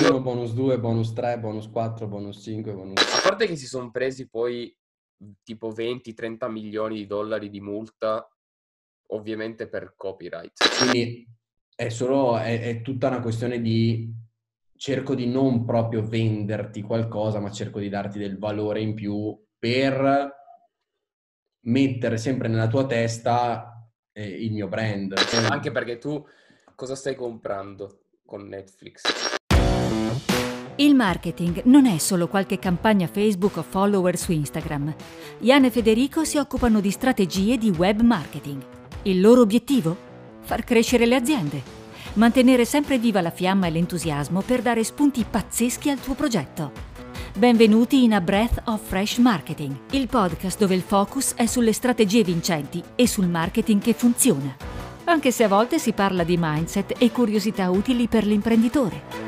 1, bonus 2, bonus 3, bonus 4, bonus 5, bonus... A parte che si sono presi poi tipo 20-30 milioni di dollari di multa, ovviamente per copyright. Quindi è tutta una questione di cerco di non proprio venderti qualcosa, ma cerco di darti del valore in più per mettere sempre nella tua testa il mio brand. Anche perché tu cosa stai comprando con Netflix? Il marketing non è solo qualche campagna Facebook o follower su Instagram. Ian e Federico si occupano di strategie di web marketing. Il loro obiettivo? Far crescere le aziende. Mantenere sempre viva la fiamma e l'entusiasmo per dare spunti pazzeschi al tuo progetto. Benvenuti in A Breath of Fresh Marketing, il podcast dove il focus è sulle strategie vincenti e sul marketing che funziona. Anche se a volte si parla di mindset e curiosità utili per l'imprenditore.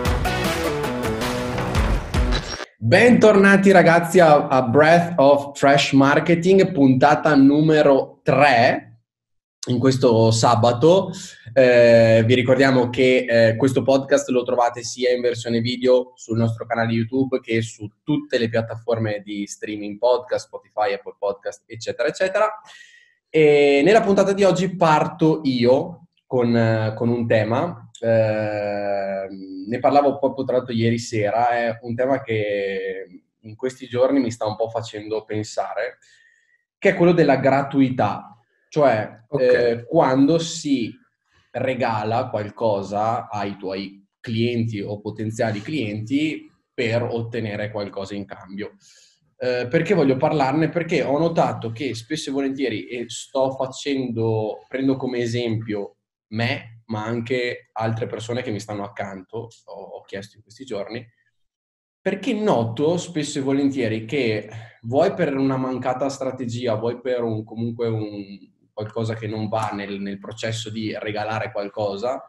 Bentornati ragazzi a Breath of Fresh Marketing, puntata numero 3 in questo sabato. Vi ricordiamo che questo podcast lo trovate sia in versione video sul nostro canale YouTube che su tutte le piattaforme di streaming podcast, Spotify, Apple Podcast, eccetera, eccetera. E nella puntata di oggi parto io con un tema. Ne parlavo proprio tra l'altro ieri sera, è un tema che in questi giorni mi sta un po' facendo pensare, che è quello della gratuità, cioè quando si regala qualcosa ai tuoi clienti o potenziali clienti per ottenere qualcosa in cambio. Perché voglio parlarne? Perché ho notato che spesso e volentieri, e prendo come esempio me, ma anche altre persone che mi stanno accanto, ho chiesto in questi giorni, perché noto spesso e volentieri che vuoi per una mancata strategia, vuoi per comunque qualcosa che non va nel processo di regalare qualcosa,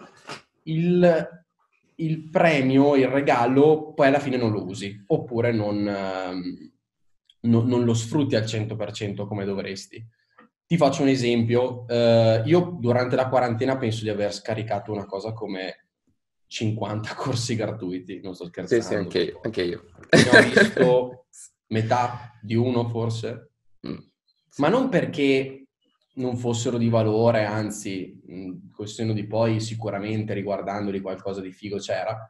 il premio, il regalo, poi alla fine non lo usi, oppure non lo sfrutti al 100% come dovresti. Ti faccio un esempio. Io durante la quarantena penso di aver scaricato una cosa come 50 corsi gratuiti, non sto scherzando. Sì, anche io. Ne ho visto metà di uno forse, ma non perché non fossero di valore, anzi, col senno di poi sicuramente riguardandoli qualcosa di figo c'era,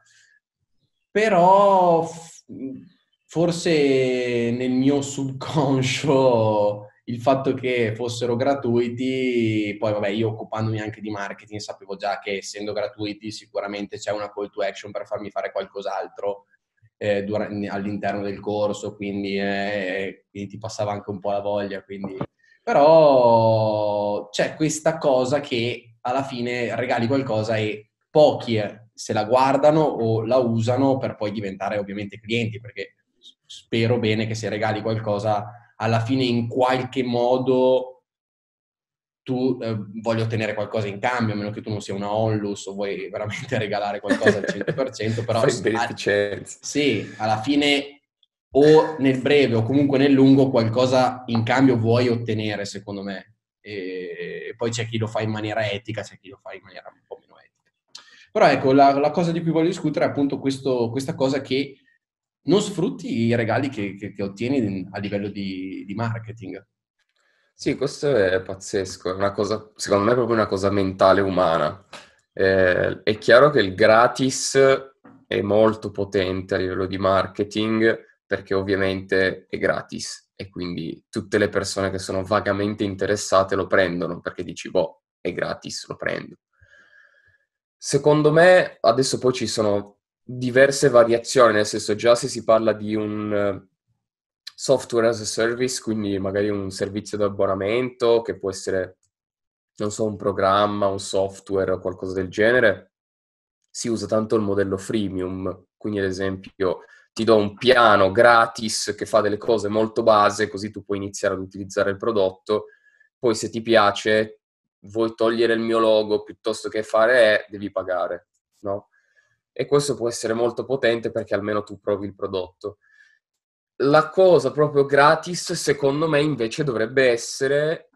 però forse nel mio subconscio il fatto che fossero gratuiti, poi vabbè, io occupandomi anche di marketing sapevo già che essendo gratuiti sicuramente c'è una call to action per farmi fare qualcos'altro all'interno del corso, quindi ti passava anche un po' la voglia, quindi... Però c'è questa cosa che alla fine regali qualcosa e pochi se la guardano o la usano per poi diventare ovviamente clienti, perché spero bene che se regali qualcosa alla fine in qualche modo tu voglia ottenere qualcosa in cambio, a meno che tu non sia una onlus o vuoi veramente regalare qualcosa al 100%, però fai beneficenza. sì, alla fine o nel breve o comunque nel lungo qualcosa in cambio vuoi ottenere, secondo me. E poi c'è chi lo fa in maniera etica, c'è chi lo fa in maniera un po' meno etica. Però ecco, la cosa di cui voglio discutere è appunto questa cosa che non sfrutti i regali che ottieni a livello di marketing. Sì, questo è pazzesco, è una cosa, secondo me è proprio una cosa mentale umana. È chiaro che il gratis è molto potente a livello di marketing perché ovviamente è gratis e quindi tutte le persone che sono vagamente interessate lo prendono perché dici, boh, è gratis, lo prendo. Secondo me adesso poi ci sono diverse variazioni, nel senso già se si parla di un software as a service, quindi magari un servizio di abbonamento che può essere, non so, un programma, un software o qualcosa del genere, si usa tanto il modello freemium, quindi ad esempio ti do un piano gratis che fa delle cose molto base, così tu puoi iniziare ad utilizzare il prodotto, poi se ti piace, vuoi togliere il mio logo piuttosto che fare devi pagare, no? E questo può essere molto potente perché almeno tu provi il prodotto. La cosa proprio gratis, secondo me, invece dovrebbe essere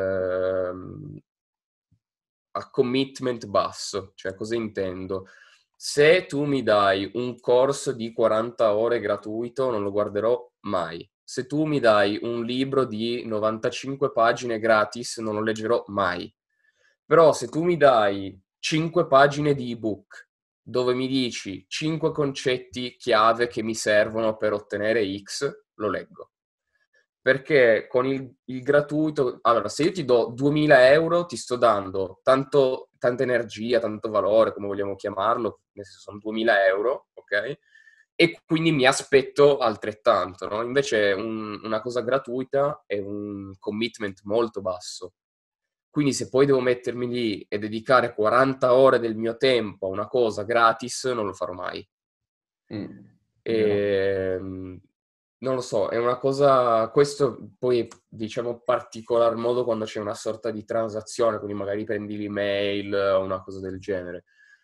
a commitment basso. Cioè, cosa intendo? Se tu mi dai un corso di 40 ore gratuito, non lo guarderò mai. Se tu mi dai un libro di 95 pagine gratis, non lo leggerò mai. Però se tu mi dai 5 pagine di ebook dove mi dici 5 concetti chiave che mi servono per ottenere X, lo leggo. Perché con il gratuito, allora se io ti do 2000 euro ti sto dando tanta energia, tanto valore, come vogliamo chiamarlo, nel senso sono 2000 euro, ok? E quindi mi aspetto altrettanto, no? Invece una cosa gratuita è un commitment molto basso. Quindi se poi devo mettermi lì e dedicare 40 ore del mio tempo a una cosa gratis, non lo farò mai. Vero. Non lo so, è una cosa, questo poi diciamo particolar modo quando c'è una sorta di transazione, quindi magari prendi l'email o una cosa del genere.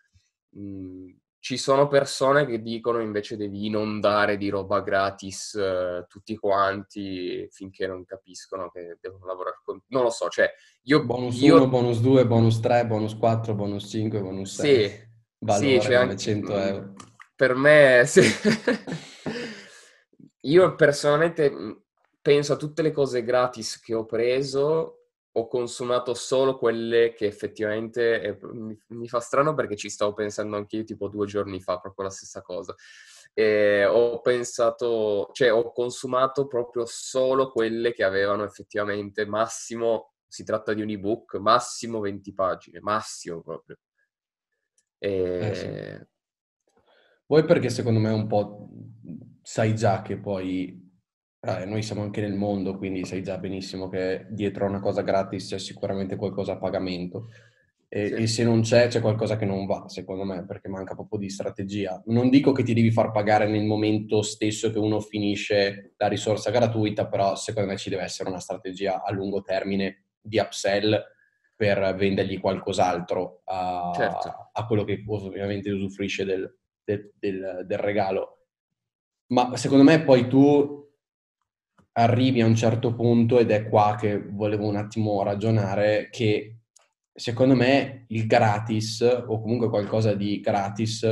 Ci sono persone che dicono invece devi inondare di roba gratis tutti quanti finché non capiscono che devono lavorare con... Non lo so, cioè Bonus 1, io bonus 2, bonus 3, bonus 4, bonus 5, bonus 6. sì, sì, Valore c'è anche 900 euro. per me sì. Io personalmente penso a tutte le cose gratis che ho preso, ho consumato solo quelle che effettivamente mi fa strano perché ci stavo pensando anche io tipo 2 giorni fa, proprio la stessa cosa. E ho pensato, cioè ho consumato proprio solo quelle che avevano effettivamente massimo, si tratta di un ebook, massimo 20 pagine, massimo proprio. Sì. E... Vuoi perché secondo me un po' sai già che poi noi siamo anche nel mondo, quindi sai già benissimo che dietro a una cosa gratis c'è sicuramente qualcosa a pagamento Sì. e se non c'è qualcosa che non va, secondo me, perché manca proprio di strategia. Non dico che ti devi far pagare nel momento stesso che uno finisce la risorsa gratuita, però secondo me ci deve essere una strategia a lungo termine di upsell per vendergli qualcos'altro Certo. a quello che ovviamente usufruisce del regalo. Ma secondo me poi tu arrivi a un certo punto, ed è qua che volevo un attimo ragionare, che secondo me il gratis, o comunque qualcosa di gratis,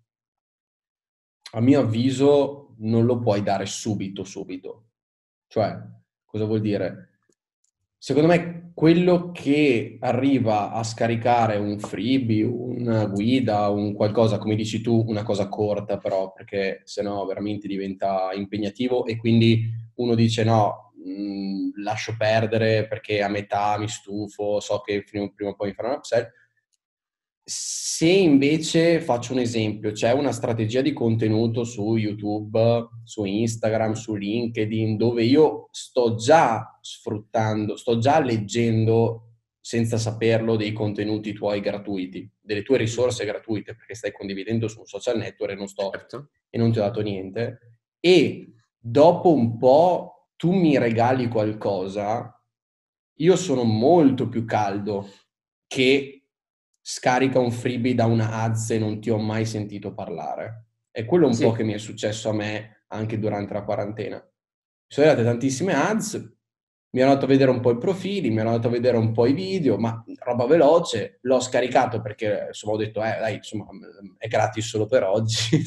a mio avviso non lo puoi dare subito. Cioè, cosa vuol dire? Secondo me quello che arriva a scaricare un freebie, una guida, un qualcosa, come dici tu, una cosa corta però, perché sennò veramente diventa impegnativo e quindi uno dice no, lascio perdere perché a metà mi stufo, so che prima o poi mi farò un upsell. Se invece, faccio un esempio, c'è una strategia di contenuto su YouTube, su Instagram, su LinkedIn, dove io sto già sfruttando, sto già leggendo senza saperlo dei contenuti tuoi gratuiti, delle tue risorse gratuite, perché stai condividendo su un social network Certo. e non ti ho dato niente. E dopo un po' tu mi regali qualcosa, io sono molto più caldo che scarica un freebie da una ads e non ti ho mai sentito parlare. È quello un po' Sì, che mi è successo a me anche durante la quarantena. Mi sono arrivate tantissime ads, mi hanno dato a vedere un po' i profili, mi hanno dato a vedere un po' i video, ma roba veloce, l'ho scaricato perché insomma ho detto, dai, insomma, è gratis solo per oggi.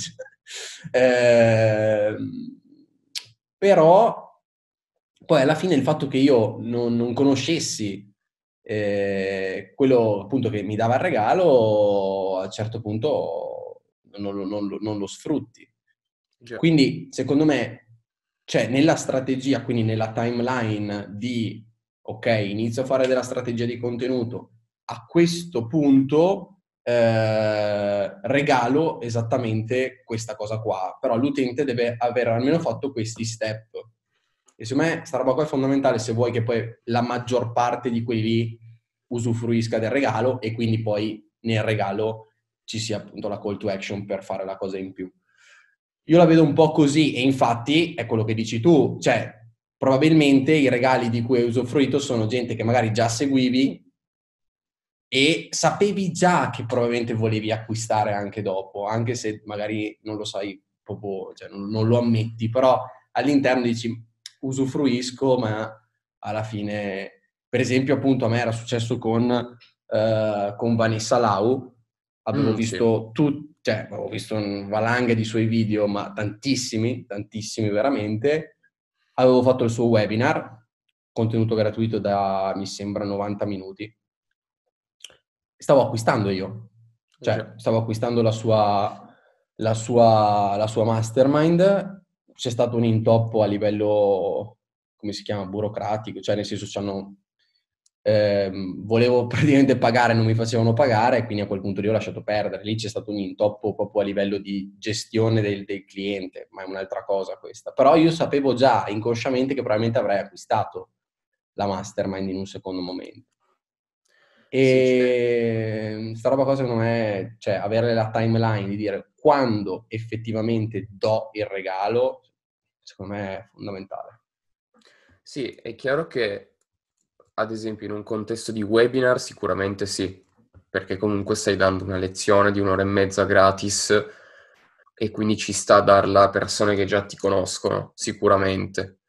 Però poi alla fine il fatto che io non conoscessi quello appunto che mi dava il regalo, a un certo punto non lo sfrutti. già. Quindi, secondo me, cioè nella strategia, quindi nella timeline di, ok, inizio a fare della strategia di contenuto, a questo punto regalo esattamente questa cosa qua, però l'utente deve aver almeno fatto questi step. E secondo me sta roba qua è fondamentale se vuoi che poi la maggior parte di quelli lì usufruisca del regalo e quindi poi nel regalo ci sia appunto la call to action per fare la cosa in più. Io la vedo un po' così e infatti è quello che dici tu, cioè probabilmente i regali di cui hai usufruito sono gente che magari già seguivi e sapevi già che probabilmente volevi acquistare anche dopo, anche se magari non lo sai proprio, cioè non lo ammetti, però all'interno dici usufruisco, ma alla fine, per esempio appunto a me era successo con Vanessa Lau, avevo Sì. visto cioè, ho visto valanghe di suoi video, ma tantissimi veramente. Avevo fatto il suo webinar, contenuto gratuito da, mi sembra, 90 minuti. Stavo acquistando io, cioè stavo acquistando la sua mastermind. C'è stato un intoppo a livello, come si chiama, burocratico, cioè nel senso volevo praticamente pagare, non mi facevano pagare, e quindi a quel punto lì ho lasciato perdere. Lì c'è stato un intoppo proprio a livello di gestione del cliente, ma è un'altra cosa questa. Però io sapevo già inconsciamente che probabilmente avrei acquistato la mastermind in un secondo momento. E sta roba cosa secondo me, cioè avere la timeline di dire quando effettivamente do il regalo, secondo me è fondamentale. Sì, è chiaro che ad esempio in un contesto di webinar sicuramente sì, perché comunque stai dando una lezione di 1 ora e mezza gratis e quindi ci sta a darla a persone che già ti conoscono, sicuramente.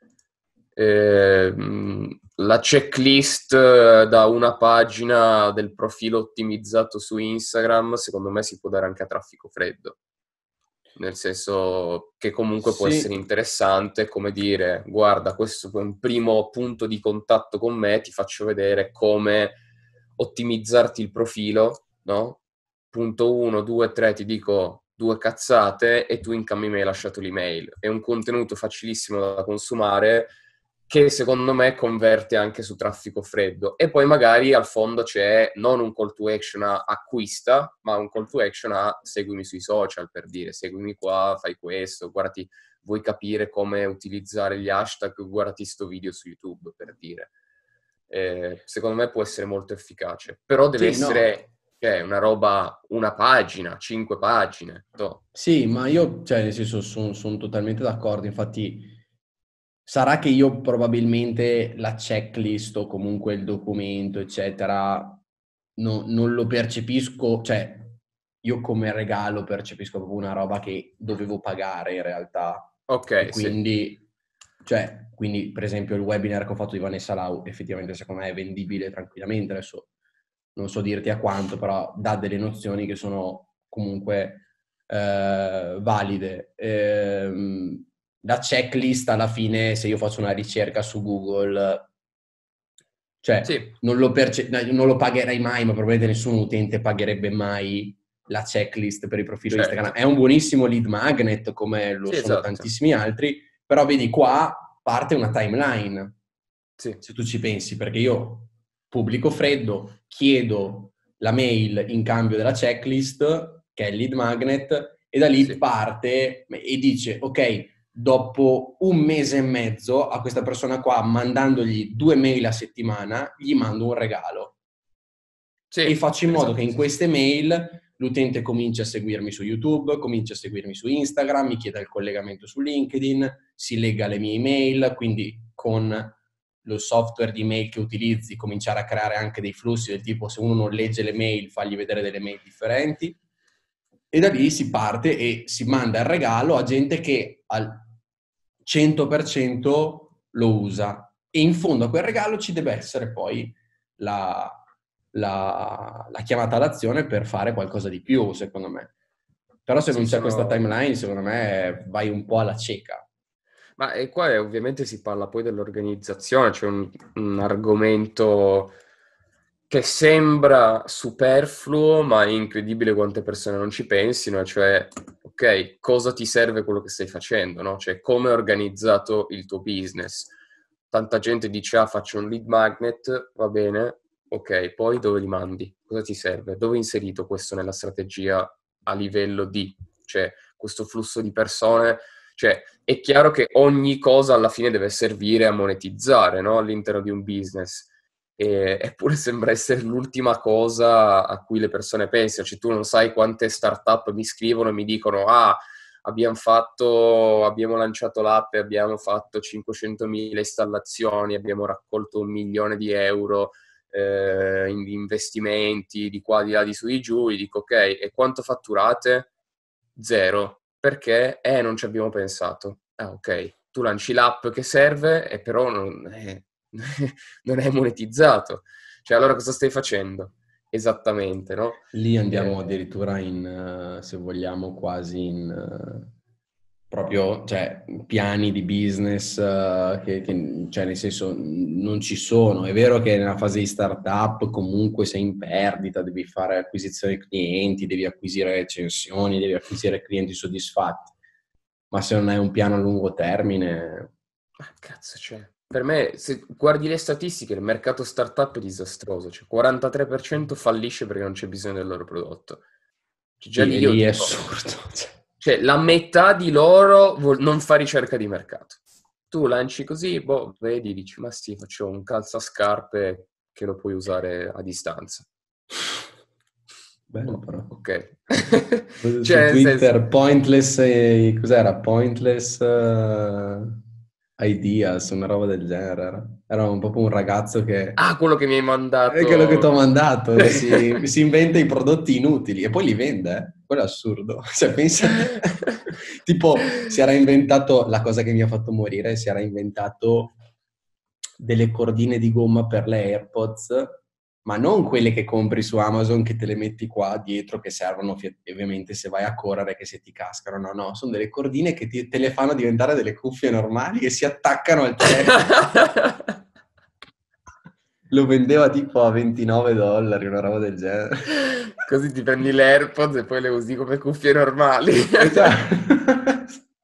La checklist da una pagina del profilo ottimizzato su Instagram, secondo me si può dare anche a traffico freddo. Nel senso che comunque può essere interessante, come dire, guarda, questo è un primo punto di contatto con me, ti faccio vedere come ottimizzarti il profilo, no? Punto 1, 2, 3, ti dico 2 cazzate e tu in cambio mi hai lasciato l'email. È un contenuto facilissimo da consumare che secondo me converte anche su traffico freddo. E poi magari al fondo c'è non un call to action a acquista, ma un call to action a seguimi sui social, per dire seguimi qua, fai questo, guardati, vuoi capire come utilizzare gli hashtag, guardati sto video su YouTube, per dire. Secondo me può essere molto efficace, però deve essere una roba, una pagina, 5 pagine. Sì, ma io, cioè, nel senso, sono totalmente d'accordo. Infatti, sarà che io probabilmente la checklist o comunque il documento, eccetera, non lo percepisco, cioè, io come regalo percepisco proprio una roba che dovevo pagare in realtà. Ok, e quindi, cioè, quindi, per esempio, il webinar che ho fatto di Vanessa Lau, effettivamente, secondo me, è vendibile tranquillamente. Adesso non so dirti a quanto, però dà delle nozioni che sono comunque valide. La checklist alla fine, se io faccio una ricerca su Google, cioè sì. non lo pagherei mai, ma probabilmente nessun utente pagherebbe mai la checklist per il profilo Instagram. È un buonissimo lead magnet, come lo sono tantissimi altri, però vedi qua parte una timeline, se tu ci pensi, perché io pubblico freddo, chiedo la mail in cambio della checklist, che è il lead magnet, e da lì parte e dice, ok, dopo 1 mese e mezzo a questa persona qua, mandandogli 2 mail a settimana, gli mando un regalo. E faccio in modo che in queste mail l'utente cominci a seguirmi su YouTube, cominci a seguirmi su Instagram, mi chieda il collegamento su LinkedIn, si lega le mie email, quindi con lo software di mail che utilizzi cominciare a creare anche dei flussi del tipo, se uno non legge le mail, fagli vedere delle mail differenti. E da lì si parte e si manda il regalo a gente che al 100% lo usa. E in fondo a quel regalo ci deve essere poi la chiamata all'azione per fare qualcosa di più, secondo me. Però se non c'è questa timeline, secondo me vai un po' alla cieca. Ma e qua ovviamente si parla poi dell'organizzazione, c'è un argomento che sembra superfluo, ma è incredibile quante persone non ci pensino, cioè, ok, cosa ti serve quello che stai facendo, no? Cioè, come è organizzato il tuo business. Tanta gente dice, faccio un lead magnet, va bene, ok, poi dove li mandi? Cosa ti serve? Dove è inserito questo nella strategia a livello di, cioè, questo flusso di persone? Cioè, è chiaro che ogni cosa alla fine deve servire a monetizzare, no? All'interno di un business. Eppure sembra essere l'ultima cosa a cui le persone pensano. Cioè, tu non sai quante startup mi scrivono e mi dicono abbiamo lanciato l'app e abbiamo fatto 500.000 installazioni, abbiamo raccolto 1 milione di euro in investimenti di qua, di là, di su, di giù. Gli dico, ok, e quanto fatturate? 0. Perché? Non ci abbiamo pensato. Ok, tu lanci l'app che serve e però non è monetizzato. Cioè, allora cosa stai facendo? esattamente, no? Lì andiamo addirittura in, se vogliamo, quasi in proprio, cioè, piani di business cioè, nel senso, non ci sono. È vero che nella fase di startup comunque sei in perdita, devi fare acquisizione clienti, devi acquisire recensioni, devi acquisire clienti soddisfatti, ma se non hai un piano a lungo termine... Ma cazzo, cioè, per me, se guardi le statistiche, il mercato startup è disastroso, cioè 43% fallisce perché non c'è bisogno del loro prodotto. Cioè, già Sì, lì e io lì è dico, assurdo. cioè la metà di loro non fa ricerca di mercato. Tu lanci così, boh, vedi, dici, ma sì, faccio un calzascarpe che lo puoi usare a distanza. Bello Boh, però. ok. Su Cioè, nel senso... Twitter, Pointless, cos'era? Pointless Ideas, una roba del genere. Era proprio un ragazzo che... Ah, quello che mi hai È quello che ti ho mandato. mandato, si inventa i prodotti inutili e poi li vende, eh? Quello è assurdo. Cioè, pensa, tipo, si era inventato, la cosa che mi ha fatto morire, si era inventato delle cordine di gomma per le AirPods, ma non quelle che compri su Amazon che te le metti qua dietro, che servono ovviamente se vai a correre, che se ti cascano. No, no, sono delle cordine che te le fanno diventare delle cuffie normali e si attaccano al telefono. Lo vendeva tipo a $29, una roba del genere. Così ti prendi le AirPods e poi le usi come cuffie normali. Esatto.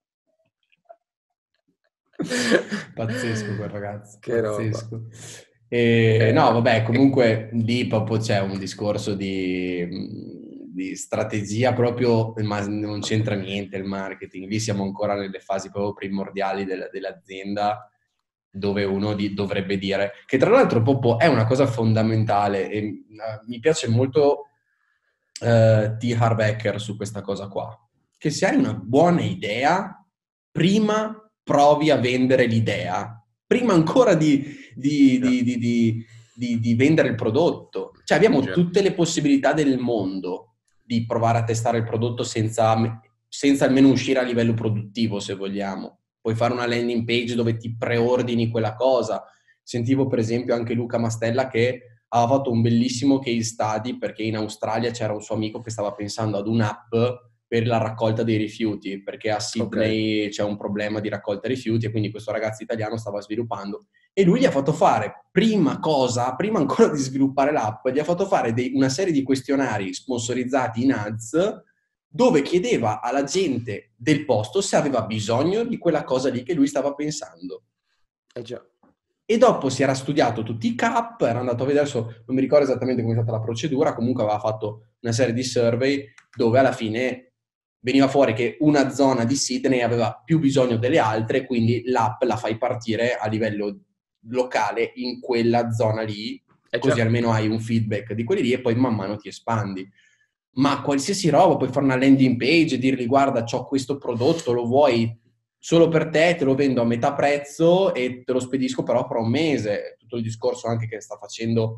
Pazzesco quel ragazzo, Che roba. pazzesco. E, no, vabbè, E- comunque lì proprio c'è un discorso di strategia proprio, ma non c'entra niente il marketing. Lì siamo ancora nelle fasi proprio primordiali dell'azienda, dove uno dovrebbe dire, che tra l'altro proprio è una cosa fondamentale e mi piace molto T. Harv Eker su questa cosa qua, che se hai una buona idea, prima provi a vendere l'idea, prima ancora Già, di vendere il prodotto. Cioè abbiamo già. tutte le possibilità del mondo di provare a testare il prodotto senza almeno uscire a livello produttivo, se vogliamo. Puoi fare una landing page dove ti preordini quella cosa. Sentivo per esempio anche Luca Mastella che aveva fatto un bellissimo case study perché in Australia c'era un suo amico che stava pensando ad un'app per la raccolta dei rifiuti, perché a Ok. Sydney c'è un problema di raccolta rifiuti e quindi questo ragazzo italiano stava sviluppando. E lui gli ha fatto fare, prima ancora di sviluppare l'app, gli ha fatto fare una serie di questionari sponsorizzati in ads dove chiedeva alla gente del posto se aveva bisogno di quella cosa lì che lui stava pensando. Eh già. E dopo si era studiato tutti i CAP, era andato a vedere, adesso non mi ricordo esattamente come è stata la procedura, comunque aveva fatto una serie di survey dove alla fine veniva fuori che una zona di Sydney aveva più bisogno delle altre, quindi l'app la fai partire a livello locale in quella zona lì, Eh così già. almeno hai un feedback di quelli lì e poi man mano ti espandi. Ma qualsiasi roba, puoi fare una landing page e dirgli guarda, c'ho questo prodotto, lo vuoi solo per te, te lo vendo a metà prezzo e te lo spedisco però fra un mese. Tutto il discorso anche che sta facendo,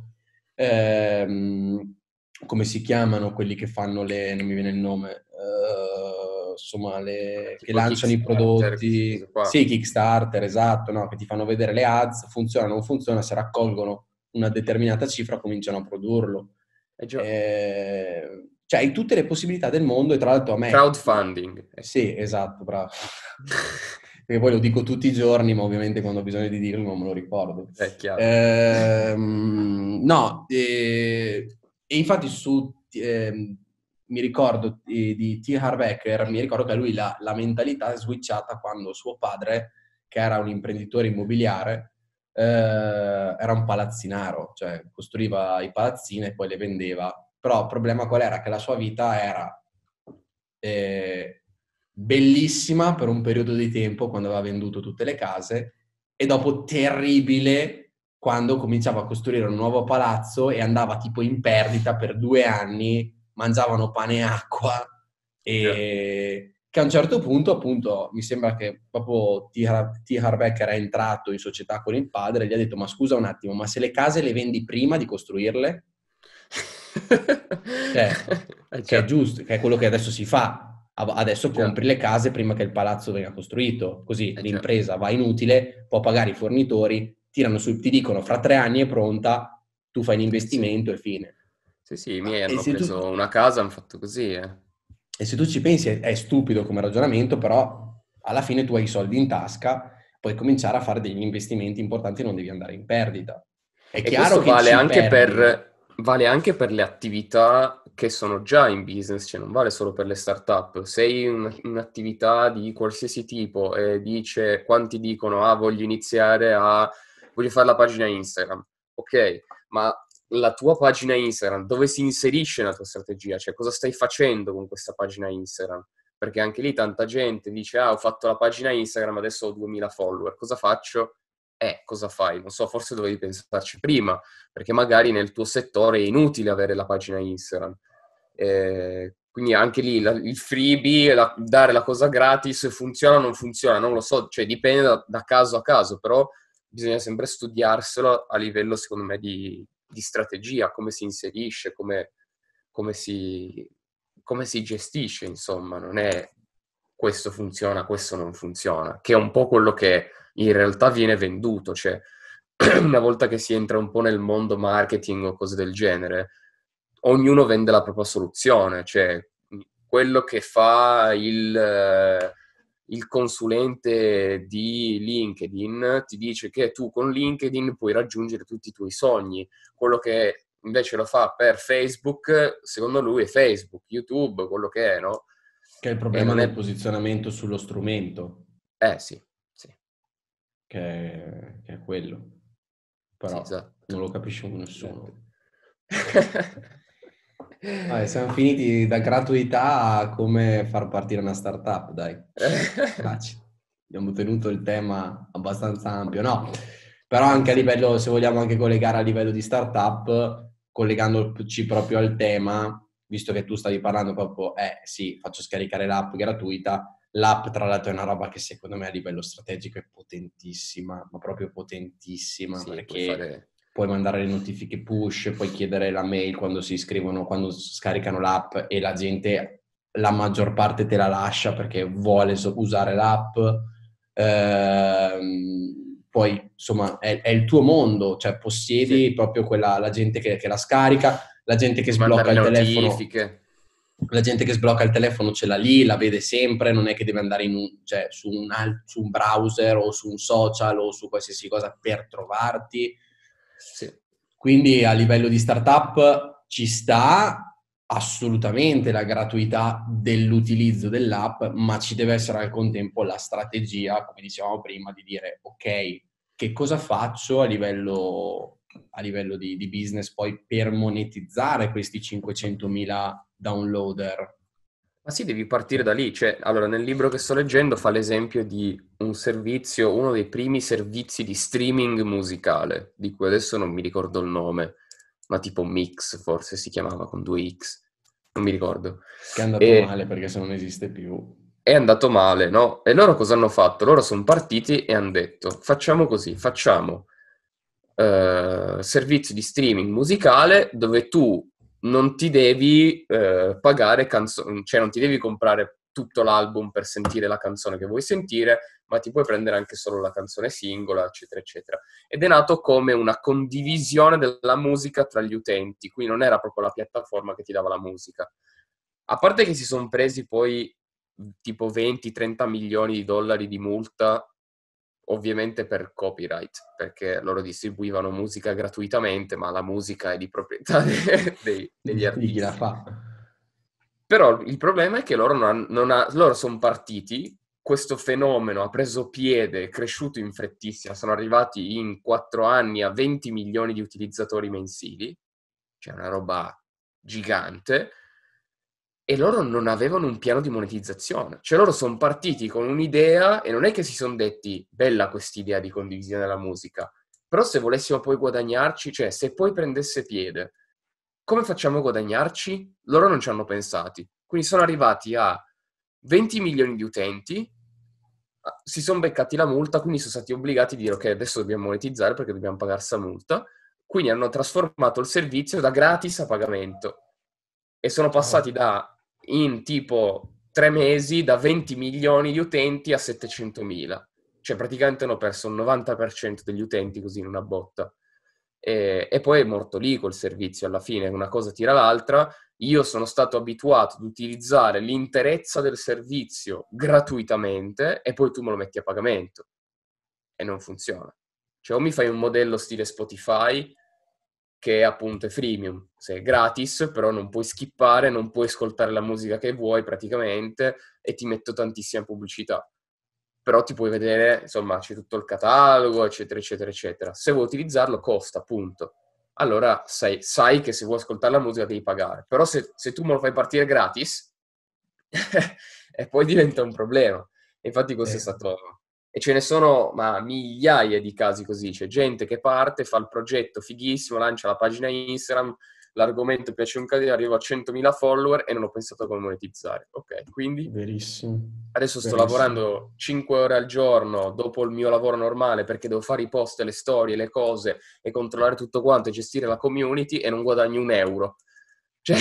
come si chiamano quelli che fanno non mi viene il nome, insomma, che Tipo lanciano i Kickstarter, queste prodotti, cose qua. sì, Kickstarter, esatto, no? Che ti fanno vedere le ads, funziona, non funziona, se raccolgono una determinata cifra cominciano a produrlo. Eh già. Cioè, hai tutte le possibilità del mondo e tra l'altro a me... Crowdfunding, ecco. Sì, esatto, bravo. Perché poi lo dico tutti i giorni, ma ovviamente quando ho bisogno di dirlo non me lo ricordo. È chiaro. No, e infatti mi ricordo di T. Harv Eker, mi ricordo che a lui la mentalità è switchata quando suo padre, che era un imprenditore immobiliare, era un palazzinaro, cioè costruiva i palazzini e poi le vendeva. Però il problema qual era? Che la sua vita era bellissima per un periodo di tempo quando aveva venduto tutte le case e dopo terribile quando cominciava a costruire un nuovo palazzo e andava tipo in perdita per 2 anni, mangiavano pane e acqua Già. e che a un certo punto appunto mi sembra che proprio T. Harv Eker è entrato in società con il padre e gli ha detto ma scusa un attimo, ma se le case le vendi prima di costruirle? Cioè, che è Già. giusto, che è quello che adesso si fa. Adesso Già. compri le case prima che il palazzo venga costruito, così Già. l'impresa va inutile, può pagare i fornitori, tirano su, ti dicono fra 3 anni è pronta, tu fai Sì. l'investimento e fine. Sì, i miei E hanno se tu, preso una casa, hanno fatto così, eh. e se tu ci pensi è stupido come ragionamento, però alla fine tu hai i soldi in tasca, puoi cominciare a fare degli investimenti importanti e non devi andare in perdita. È E chiaro questo che ci perdi. vale anche per le attività che sono già in business, cioè non vale solo per le startup. Sei un'attività di qualsiasi tipo e dice, quanti dicono, voglio fare la pagina Instagram. Ok, ma la tua pagina Instagram, dove si inserisce nella tua strategia? Cioè, cosa stai facendo con questa pagina Instagram? Perché anche lì tanta gente dice, ho fatto la pagina Instagram, adesso ho 2000 follower, cosa faccio? Cosa fai? Non so, forse dovevi pensarci prima, perché magari nel tuo settore è inutile avere la pagina Instagram. Quindi anche lì il freebie, dare la cosa gratis, funziona o non funziona, non lo so, cioè dipende da caso a caso, però bisogna sempre studiarselo a livello, secondo me, di strategia, come si inserisce, come si, come si gestisce, insomma, non è questo funziona, questo non funziona, che è un po' quello che in realtà viene venduto, cioè una volta che si entra un po' nel mondo marketing o cose del genere, ognuno vende la propria soluzione, cioè quello che fa il consulente di LinkedIn ti dice che tu con LinkedIn puoi raggiungere tutti i tuoi sogni, quello che invece lo fa per Facebook, secondo lui è Facebook, YouTube, quello che è, no? Che è il E problema non del è... posizionamento sullo strumento, Sì, sì, che è quello. sì, Però non esatto. lo capisce Esatto. nessuno. Siamo finiti da gratuità a come far partire una startup, dai. Facile. Abbiamo tenuto il tema abbastanza ampio, no? Però anche a Sì. livello, se vogliamo anche collegare a livello di startup, collegandoci proprio al tema, visto che tu stavi parlando proprio, sì, faccio scaricare l'app gratuita. L'app, tra l'altro, è una roba che secondo me a livello strategico è potentissima, ma proprio potentissima, Sì, puoi perché fare... puoi mandare le notifiche push, puoi chiedere la mail quando si iscrivono, quando scaricano l'app e la gente, la maggior parte te la lascia perché vuole usare l'app. Poi, insomma, è il tuo mondo, cioè Sì, possiedi proprio la gente che la scarica, la gente che puoi sblocca mandare il le telefono. notifiche. La gente che sblocca il telefono ce l'ha lì, la vede sempre, non è che deve andare cioè, su un browser o su un social o su qualsiasi cosa per trovarti. Sì. Quindi a livello di startup ci sta assolutamente la gratuità dell'utilizzo dell'app, ma ci deve essere al contempo la strategia, come dicevamo prima, di dire ok, che cosa faccio a livello di business poi per monetizzare questi 500.000 downloader? Ma sì, devi partire da lì. Cioè, allora, nel libro che sto leggendo fa l'esempio di un servizio, uno dei primi servizi di streaming musicale, di cui adesso non mi ricordo il nome, ma tipo Mix forse si chiamava con 2X, non mi ricordo. Che è andato E male perché se non esiste più. è andato male, no? E loro cosa hanno fatto? Loro sono partiti e hanno detto, facciamo così, facciamo servizio di streaming musicale dove tu non ti devi pagare canzoni, cioè non ti devi comprare tutto l'album per sentire la canzone che vuoi sentire, ma ti puoi prendere anche solo la canzone singola, eccetera, eccetera. Ed è nato come una condivisione della musica tra gli utenti, quindi non era proprio la piattaforma che ti dava la musica. A parte che si sono presi poi tipo 20-30 milioni di dollari di multa, ovviamente per copyright, perché loro distribuivano musica gratuitamente, ma la musica è di proprietà degli Di chi la artisti. fa? Però il problema è che loro sono partiti, questo fenomeno ha preso piede, è cresciuto in frettissima, sono arrivati in 4 anni a 20 milioni di utilizzatori mensili, cioè una roba gigante, e loro non avevano un piano di monetizzazione. Cioè loro sono partiti con un'idea e non è che si sono detti bella quest'idea di condivisione della musica, però se volessimo poi guadagnarci, cioè se poi prendesse piede, come facciamo a guadagnarci? Loro non ci hanno pensati. Quindi sono arrivati a 20 milioni di utenti, si sono beccati la multa, quindi sono stati obbligati a dire ok, adesso dobbiamo monetizzare perché dobbiamo pagare sta multa. Quindi hanno trasformato il servizio da gratis a pagamento e sono passati in tipo 3 mesi da 20 milioni di utenti a 700.000. Cioè praticamente hanno perso il 90% degli utenti così in una botta. e poi è morto lì quel servizio alla fine, una cosa tira l'altra. Io sono stato abituato ad utilizzare l'interezza del servizio gratuitamente e poi tu me lo metti a pagamento e non funziona. Cioè o mi fai un modello stile Spotify che appunto è freemium, se è gratis, però non puoi skippare, non puoi ascoltare la musica che vuoi praticamente e ti metto tantissima pubblicità. Però ti puoi vedere, insomma, c'è tutto il catalogo, eccetera, eccetera, eccetera. Se vuoi utilizzarlo costa, appunto. Allora sai che se vuoi ascoltare la musica devi pagare. Però se tu me lo fai partire gratis, e poi diventa un problema. E infatti questo è stato... E ce ne sono migliaia di casi così. C'è gente che parte, fa il progetto fighissimo, lancia la pagina Instagram, l'argomento piace un casino, arrivo a 100.000 follower e non ho pensato a come monetizzare. Ok, quindi... Verissimo. Adesso sto Verissimo. lavorando 5 ore al giorno dopo il mio lavoro normale perché devo fare i post, le storie, le cose e controllare tutto quanto e gestire la community e non guadagno un euro. Cioè...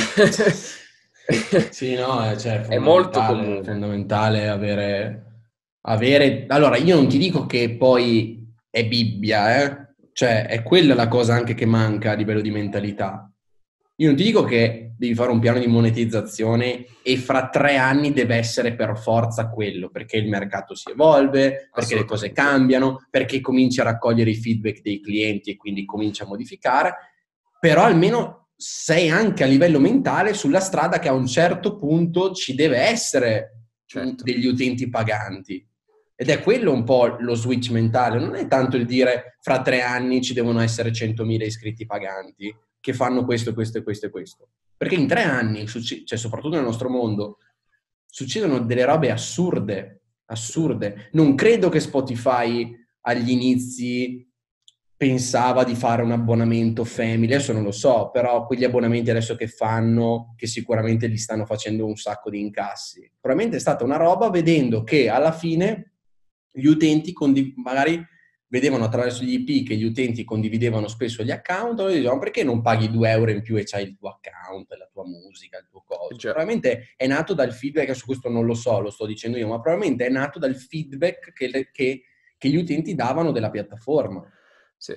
Sì, no, cioè, è molto è comune. fondamentale avere... Allora, io non ti dico che poi è Bibbia, cioè è quella la cosa anche che manca a livello di mentalità. Io non ti dico che devi fare un piano di monetizzazione e fra 3 anni deve essere per forza quello, perché il mercato si evolve, perché le cose cambiano, perché cominci a raccogliere i feedback dei clienti e quindi cominci a modificare, però almeno sei anche a livello mentale sulla strada che a un certo punto ci deve essere degli utenti paganti. Ed è quello un po' lo switch mentale, non è tanto il dire fra 3 anni ci devono essere 100.000 iscritti paganti che fanno questo, questo e questo e questo. Perché in 3 anni, cioè soprattutto nel nostro mondo, succedono delle robe assurde. Non credo che Spotify agli inizi pensava di fare un abbonamento family, adesso non lo so, però quegli abbonamenti adesso che fanno, che sicuramente gli stanno facendo un sacco di incassi. Probabilmente è stata una roba vedendo che alla fine gli utenti magari vedevano attraverso gli IP che gli utenti condividevano spesso gli account e dicevano perché non paghi 2 euro in più e c'hai il tuo account, la tua musica, il tuo coso. Probabilmente è nato dal feedback, su questo non lo so, lo sto dicendo io, ma probabilmente è nato dal feedback che gli utenti davano della piattaforma. Sì.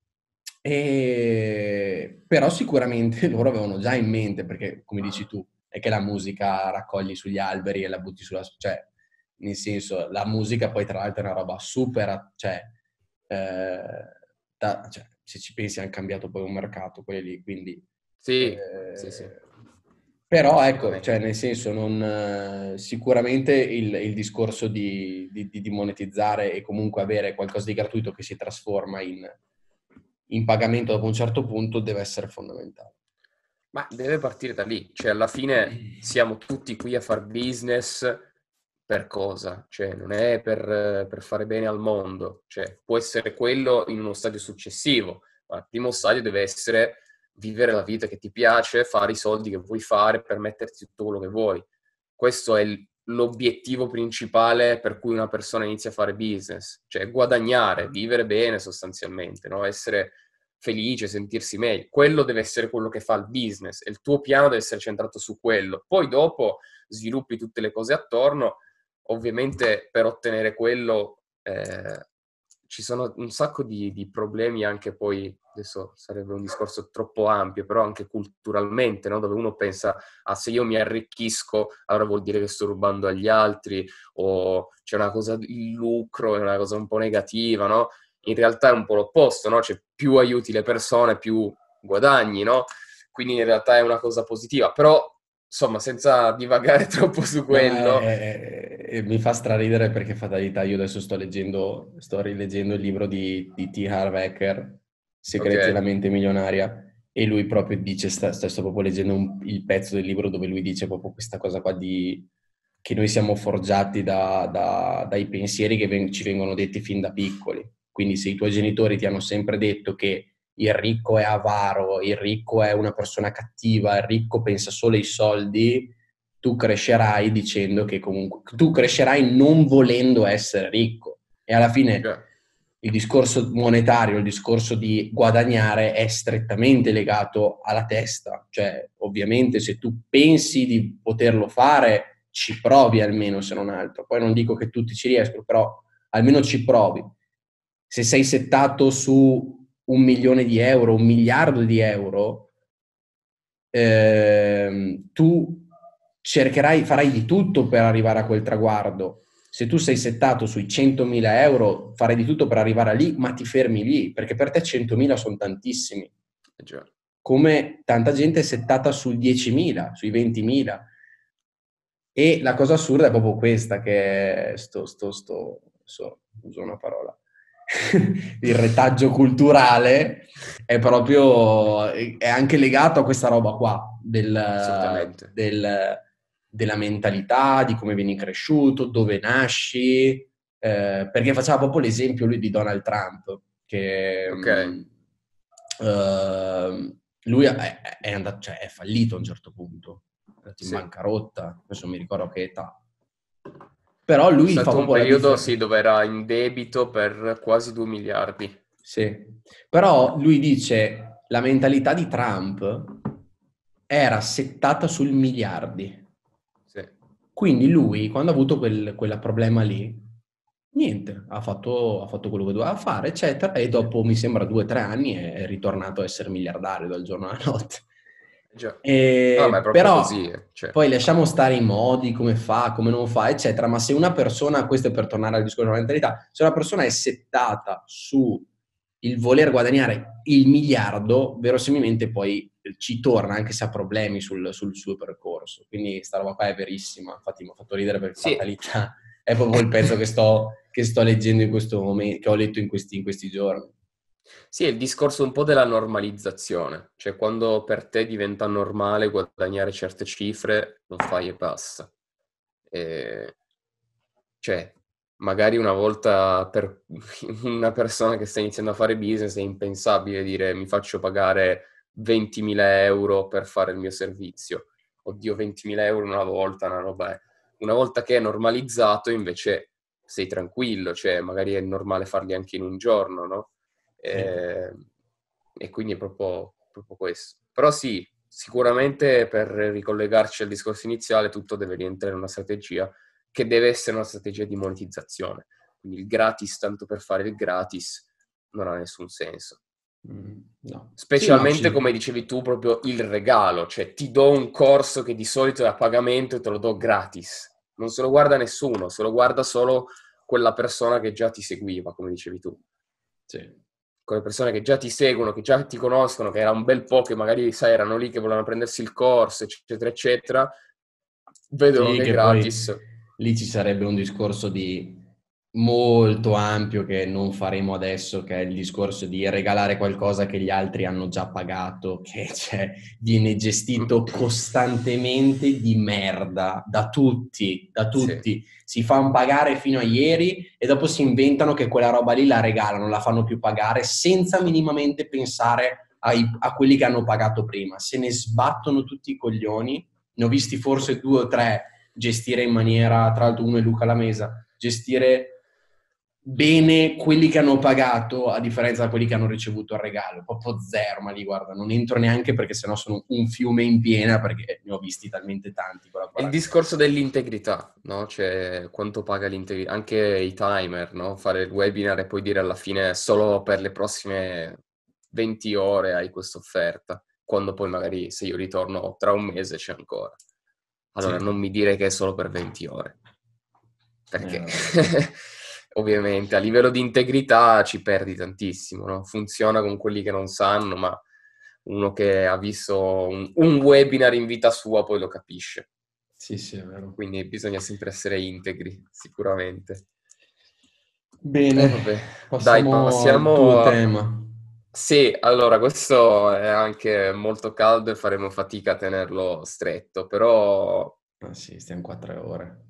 Però sicuramente loro avevano già in mente, perché come dici tu, è che la musica raccogli sugli alberi e la butti sulla... cioè, nel senso, la musica poi tra l'altro è una roba super... cioè, se ci pensi hanno cambiato poi un mercato, quelli lì, quindi... Sì. Però ecco, cioè nel senso, sicuramente il discorso di monetizzare e comunque avere qualcosa di gratuito che si trasforma in pagamento dopo un certo punto deve essere fondamentale. Ma deve partire da lì, cioè alla fine siamo tutti qui a far business per cosa? Cioè non è per fare bene al mondo, cioè può essere quello in uno stadio successivo, ma il primo stadio deve essere vivere la vita che ti piace, fare i soldi che vuoi fare, permetterti tutto quello che vuoi. Questo è l'obiettivo principale per cui una persona inizia a fare business, cioè guadagnare, vivere bene sostanzialmente, no? Essere felice, sentirsi meglio. Quello deve essere quello che fa il business e il tuo piano deve essere centrato su quello. Poi dopo sviluppi tutte le cose attorno. Ovviamente per ottenere quello ci sono un sacco di problemi anche poi, adesso sarebbe un discorso troppo ampio, però anche culturalmente, no? Dove uno pensa, se io mi arricchisco allora vuol dire che sto rubando agli altri, o c'è una cosa, il lucro è una cosa un po' negativa, no? In realtà è un po' l'opposto, no? Cioè più aiuti le persone, più guadagni, no? Quindi in realtà è una cosa positiva, però insomma, senza divagare troppo su quello. Mi fa straridere perché fatalità, io adesso sto rileggendo il libro di T. Harv Eker, Segreti della mente milionaria, e lui proprio dice, sto proprio leggendo il pezzo del libro dove lui dice proprio questa cosa qua che noi siamo forgiati dai pensieri che ci vengono detti fin da piccoli. Quindi se i tuoi genitori ti hanno sempre detto che il ricco è avaro, il ricco è una persona cattiva, il ricco pensa solo ai soldi, tu crescerai dicendo che comunque tu crescerai non volendo essere ricco, e alla fine il discorso monetario, il discorso di guadagnare è strettamente legato alla testa. Cioè ovviamente se tu pensi di poterlo fare ci provi almeno, se non altro. Poi non dico che tutti ci riescono, però almeno ci provi. Se sei settato su 1 milione di euro, 1 miliardo di euro, tu farai di tutto per arrivare a quel traguardo. Se tu sei settato sui 100.000 euro, farai di tutto per arrivare lì, ma ti fermi lì, perché per te 100.000 sono tantissimi. Già. Come tanta gente è settata sul 10.000, sui 20.000. E la cosa assurda è proprio questa, che uso una parola, il retaggio culturale è proprio, è anche legato a questa roba qua, Assolutamente. della mentalità, di come vieni cresciuto, dove nasci, perché faceva proprio l'esempio lui di Donald Trump, che Ok. lui è andato, cioè è fallito a un certo punto, è andato in Sì. bancarotta, adesso non mi ricordo che età. Però C'è lui fa stato un proprio la periodo, differenza. sì, dove era in debito per quasi 2 miliardi. Sì. Però lui dice la mentalità di Trump era settata sul miliardi. Sì. Quindi lui, quando ha avuto quel problema lì, niente, ha fatto quello che doveva fare, eccetera, e dopo, mi sembra, 2 o 3 anni è ritornato a essere miliardario dal giorno alla notte. Già. No, ma è proprio Però così. Cioè. poi lasciamo stare i modi, come fa, come non fa, eccetera, ma se una persona, questo è per tornare al discorso della mentalità, se una persona è settata su il voler guadagnare il miliardo, verosimilmente poi ci torna, anche se ha problemi sul suo percorso. Quindi sta roba qua è verissima, infatti mi ha fatto ridere perché Sì. fatalità è proprio il pezzo che sto leggendo in questo momento, che ho letto in questi giorni. Sì, è il discorso un po' della normalizzazione, cioè quando per te diventa normale guadagnare certe cifre, lo fai e basta. Cioè, magari una volta per una persona che sta iniziando a fare business è impensabile dire mi faccio pagare 20.000 euro per fare il mio servizio. Oddio, 20.000 euro una volta, una roba è. Una volta che è normalizzato invece sei tranquillo, cioè magari è normale farli anche in un giorno, no? E quindi è proprio questo. Però sì, sicuramente per ricollegarci al discorso iniziale tutto deve rientrare in una strategia che deve essere una strategia di monetizzazione. Quindi il gratis tanto per fare il gratis non ha nessun senso. No. Sì, no, Specialmente come dicevi tu, proprio il regalo, cioè ti do un corso che di solito è a pagamento e te lo do gratis. Non se lo guarda nessuno, se lo guarda solo quella persona che già ti seguiva, come dicevi tu. sì. Quelle persone che già ti seguono, che già ti conoscono, che era un bel po' che magari, sai, erano lì che volevano prendersi il corso, eccetera, eccetera, vedono Sì, che è che poi gratis. lì ci sarebbe un discorso di molto ampio che non faremo adesso, che è il discorso di regalare qualcosa che gli altri hanno già pagato, che viene gestito costantemente di merda da tutti, da Sì. tutti. Si fanno pagare fino a ieri e dopo si inventano che quella roba lì la regalano, la fanno più pagare senza minimamente pensare a quelli che hanno pagato prima. Se ne sbattono tutti i coglioni. Ne ho visti forse 2 o 3 gestire in maniera, tra l'altro uno è Luca Lamesa, gestire bene quelli che hanno pagato a differenza da quelli che hanno ricevuto il regalo, proprio zero, ma lì guarda, non entro neanche perché sennò sono un fiume in piena, perché ne ho visti talmente tanti con la Il parola. discorso dell'integrità, no? Cioè, quanto paga l'integrità, anche i timer, no? Fare il webinar e poi dire alla fine solo per le prossime 20 ore hai questa offerta, quando poi magari se io ritorno tra un mese c'è ancora. Allora, Sì. non mi dire che è solo per 20 ore, perché Vabbè. ovviamente a livello di integrità ci perdi tantissimo, no? Funziona con quelli che non sanno, ma uno che ha visto un webinar in vita sua poi lo capisce. Sì, sì, è vero. Quindi bisogna sempre essere integri, sicuramente. Bene, Vabbè. Dai, passiamo al tuo passiamo a. tema. Sì, allora, questo è anche molto caldo e faremo fatica a tenerlo stretto, però Ah sì, stiamo 4 ore.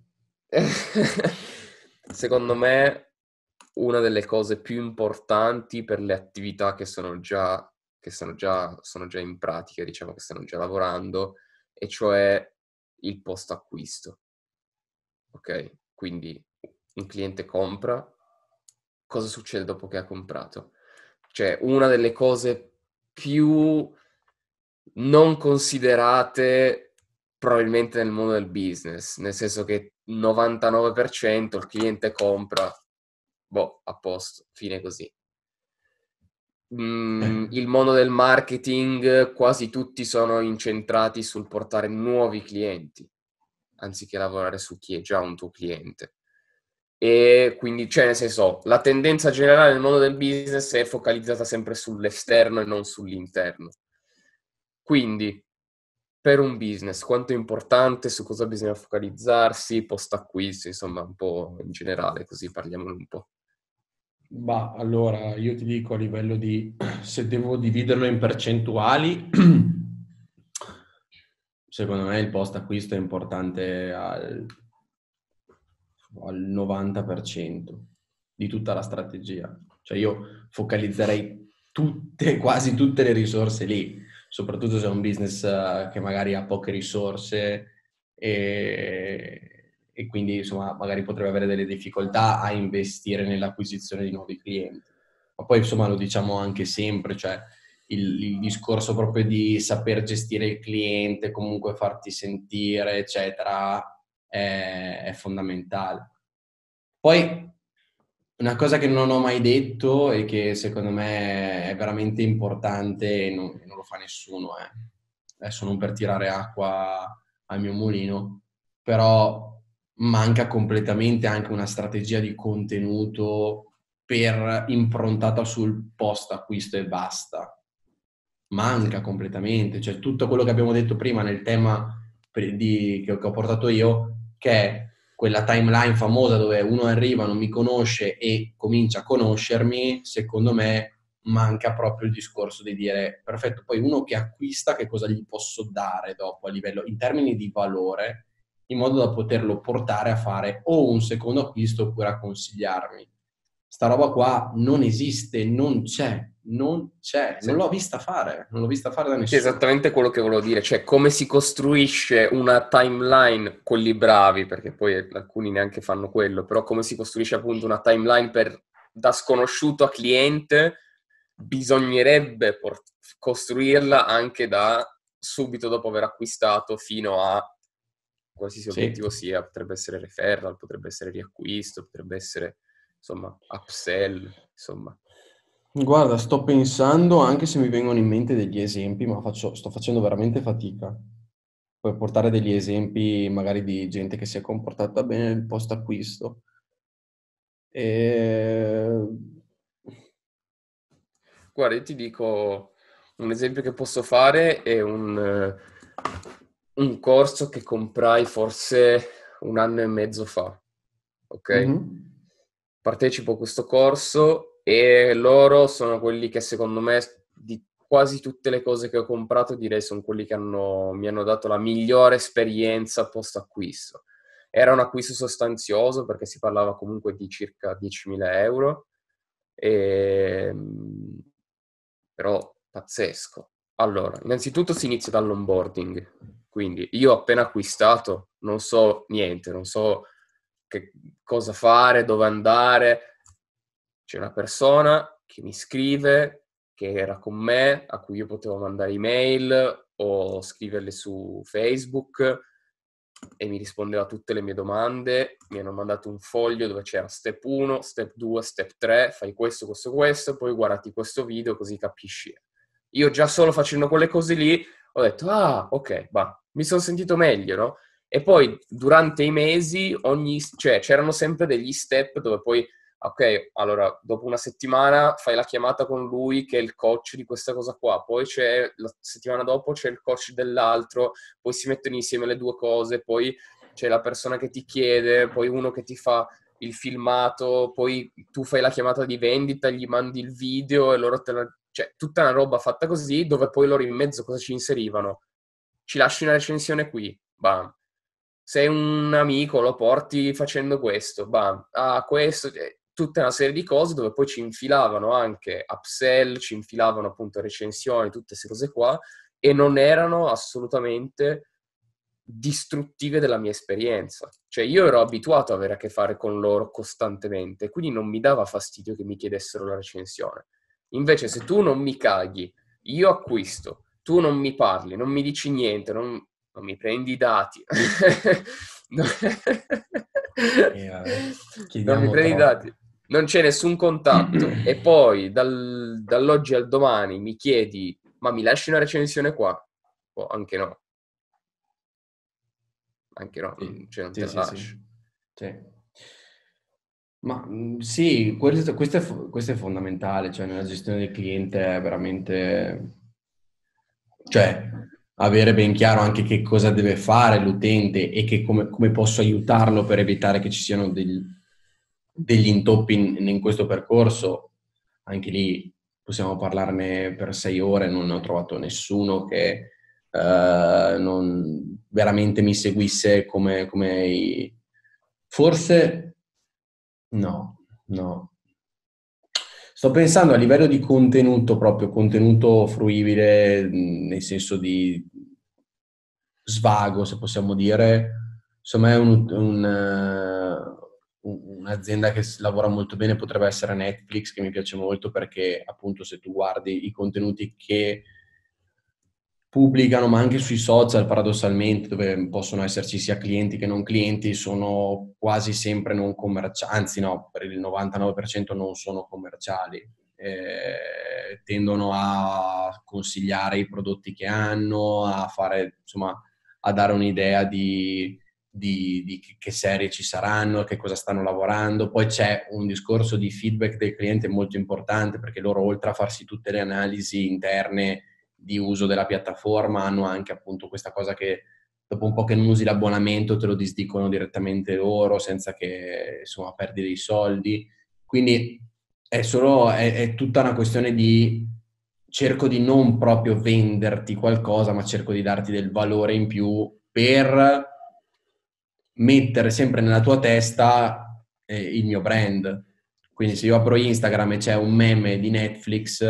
secondo me una delle cose più importanti per le attività che sono già in pratica, diciamo che stanno già lavorando, e cioè il post acquisto. Ok? Quindi un cliente compra, cosa succede dopo che ha comprato? Cioè, una delle cose più non considerate probabilmente nel mondo del business, nel senso che 99% il cliente compra, boh, a posto, fine così. il mondo del marketing quasi tutti sono incentrati sul portare nuovi clienti, anziché lavorare su chi è già un tuo cliente. E quindi, cioè, nel senso, la tendenza generale nel mondo del business è focalizzata sempre sull'esterno e non sull'interno. Quindi, per un business, quanto è importante, su cosa bisogna focalizzarsi, post-acquisto, insomma, un po' in generale, così parliamone un po'. Bah, allora, io ti dico a livello di, se devo dividerlo in percentuali, secondo me il post acquisto è importante al 90% di tutta la strategia. Cioè io focalizzerei quasi tutte le risorse lì, soprattutto se è un business che magari ha poche risorse e quindi insomma magari potrebbe avere delle difficoltà a investire nell'acquisizione di nuovi clienti. Ma poi insomma lo diciamo anche sempre, cioè il discorso proprio di saper gestire il cliente, comunque farti sentire, eccetera, è fondamentale. Poi una cosa che non ho mai detto e che secondo me è veramente importante e non lo fa nessuno, adesso non per tirare acqua al mio mulino, però manca completamente anche una strategia di contenuto improntata sul post acquisto e basta. Manca completamente, cioè tutto quello che abbiamo detto prima nel tema che ho portato io, che è quella timeline famosa dove uno arriva, non mi conosce e comincia a conoscermi, secondo me manca proprio il discorso di dire perfetto, poi uno che acquista che cosa gli posso dare dopo a livello, in termini di valore, in modo da poterlo portare a fare o un secondo acquisto oppure a consigliarmi. Sta roba qua non esiste, non c'è, Sì. non l'ho vista fare da Sì, nessuno. esattamente quello che volevo dire, cioè come si costruisce una timeline, quelli bravi, perché poi alcuni neanche fanno quello, però come si costruisce appunto una timeline da sconosciuto a cliente, bisognerebbe costruirla anche da subito dopo aver acquistato fino a qualsiasi obiettivo sia, potrebbe essere referral, potrebbe essere riacquisto, potrebbe essere insomma upsell, insomma. Guarda, sto pensando, anche se mi vengono in mente degli esempi, ma sto facendo veramente fatica. Puoi portare degli esempi magari di gente che si è comportata bene nel post acquisto. Guarda, io ti dico un esempio che posso fare è un corso che comprai forse 1 anno e mezzo fa, ok? Mhm. Partecipo a questo corso e loro sono quelli che secondo me di quasi tutte le cose che ho comprato direi sono quelli che mi hanno dato la migliore esperienza post acquisto. Era un acquisto sostanzioso perché si parlava comunque di circa 10.000 euro, però pazzesco. Allora, innanzitutto si inizia dall'onboarding, quindi io ho appena acquistato, non so niente, non so che cosa fare, dove andare. C'è una persona che mi scrive, che era con me, a cui io potevo mandare email o scriverle su Facebook e mi rispondeva a tutte le mie domande. Mi hanno mandato un foglio dove c'era step 1, step 2, step 3, fai questo, questo, questo, poi guardati questo video così capisci. Io già solo facendo quelle cose lì ho detto, ah, ok, mi sono sentito meglio, no? E poi durante i mesi cioè, c'erano sempre degli step dove poi, ok, allora dopo una settimana fai la chiamata con lui che è il coach di questa cosa qua, poi la settimana dopo c'è il coach dell'altro, poi si mettono insieme le due cose, poi c'è la persona che ti chiede, poi uno che ti fa il filmato, poi tu fai la chiamata di vendita, gli mandi il video e loro cioè tutta una roba fatta così, dove poi loro in mezzo cosa ci inserivano? Ci lasci una recensione qui, bam. Sei un amico, lo porti facendo questo, bam. Ah, questo, tutta una serie di cose dove poi ci infilavano anche upsell, ci infilavano appunto recensioni, tutte queste cose qua, e non erano assolutamente distruttive della mia esperienza. Cioè io ero abituato ad avere a che fare con loro costantemente, quindi non mi dava fastidio che mi chiedessero la recensione. Invece se tu non mi caghi, io acquisto, tu non mi parli, non mi dici niente, non mi prendi i dati. Non mi Chiediamo prendi i troppo. dati. non c'è nessun contatto e poi dall'oggi al domani mi chiedi, ma mi lasci una recensione qua? Oh, anche no. Anche no, Sì, cioè non te sì, la sì, lascio. sì. Sì. Ma sì, questo è fondamentale, cioè nella gestione del cliente è veramente, cioè avere ben chiaro anche che cosa deve fare l'utente e che come posso aiutarlo per evitare che ci siano degli intoppi in questo percorso. Anche lì possiamo parlarne per 6 ore, non ne ho trovato nessuno che non veramente mi seguisse forse no, no. Sto pensando a livello di contenuto, proprio contenuto fruibile, nel senso di svago, se possiamo dire. Insomma, è un'azienda che lavora molto bene, potrebbe essere Netflix, che mi piace molto perché appunto se tu guardi i contenuti che pubblicano, ma anche sui social, paradossalmente, dove possono esserci sia clienti che non clienti, sono quasi sempre non commerciali, anzi no, per il 99% non sono commerciali. Tendono a consigliare i prodotti che hanno, a fare, insomma, a dare un'idea di che serie ci saranno, che cosa stanno lavorando. Poi c'è un discorso di feedback del cliente molto importante, perché loro, oltre a farsi tutte le analisi interne di uso della piattaforma, hanno anche appunto questa cosa che dopo un po' che non usi l'abbonamento te lo disdicono direttamente loro senza che insomma perdi dei soldi. Quindi è tutta una questione di cerco di non proprio venderti qualcosa, ma cerco di darti del valore in più per mettere sempre nella tua testa il mio brand. Quindi se io apro Instagram e c'è un meme di Netflix,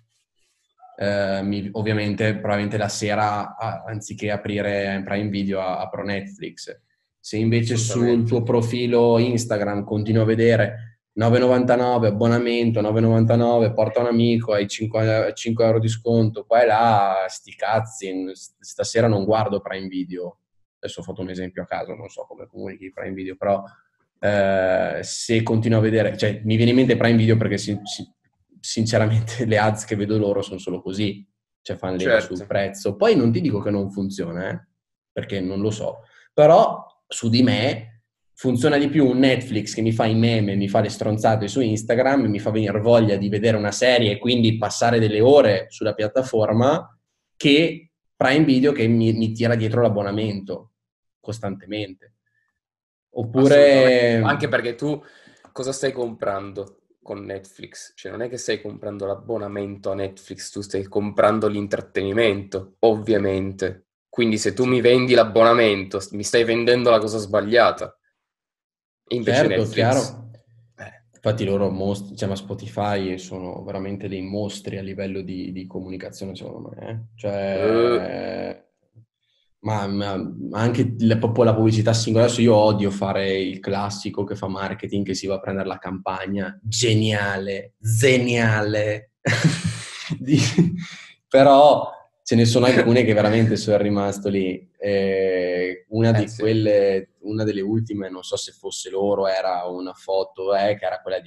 ovviamente probabilmente la sera anziché aprire Prime Video apro Netflix. Se invece sul Assolutamente. tuo profilo Instagram continui a vedere 9,99 abbonamento, 9,99 porta un amico, hai 5 euro di sconto, qua e là, sti cazzi, stasera non guardo Prime Video. Adesso ho fatto un esempio a caso, non so come comunichi Prime Video, però se continuo a vedere, cioè mi viene in mente Prime Video perché sinceramente le ads che vedo loro sono solo così, cioè fanno leva sul Certo. prezzo. Poi non ti dico che non funziona, perché non lo so, però su di me funziona di più un Netflix che mi fa i meme, mi fa le stronzate su Instagram, mi fa venire voglia di vedere una serie e quindi passare delle ore sulla piattaforma, che Prime Video che mi tira dietro l'abbonamento costantemente. Assolutamente. Oppure Anche perché tu cosa stai comprando con Netflix? Cioè non è che stai comprando l'abbonamento a Netflix, tu stai comprando l'intrattenimento, ovviamente. Quindi se tu mi vendi l'abbonamento, mi stai vendendo la cosa sbagliata. E invece certo, Netflix, chiaro. Infatti loro ma Spotify sono veramente dei mostri a livello di comunicazione, secondo me. eh, Cioè, ma anche proprio la pubblicità singola. Adesso io odio fare il classico che fa marketing, che si va a prendere la campagna. Geniale, zeniale. Di- Però ce ne sono alcune che veramente sono rimasto lì. sì, Una delle ultime, non so se fosse loro, era una foto, che era quella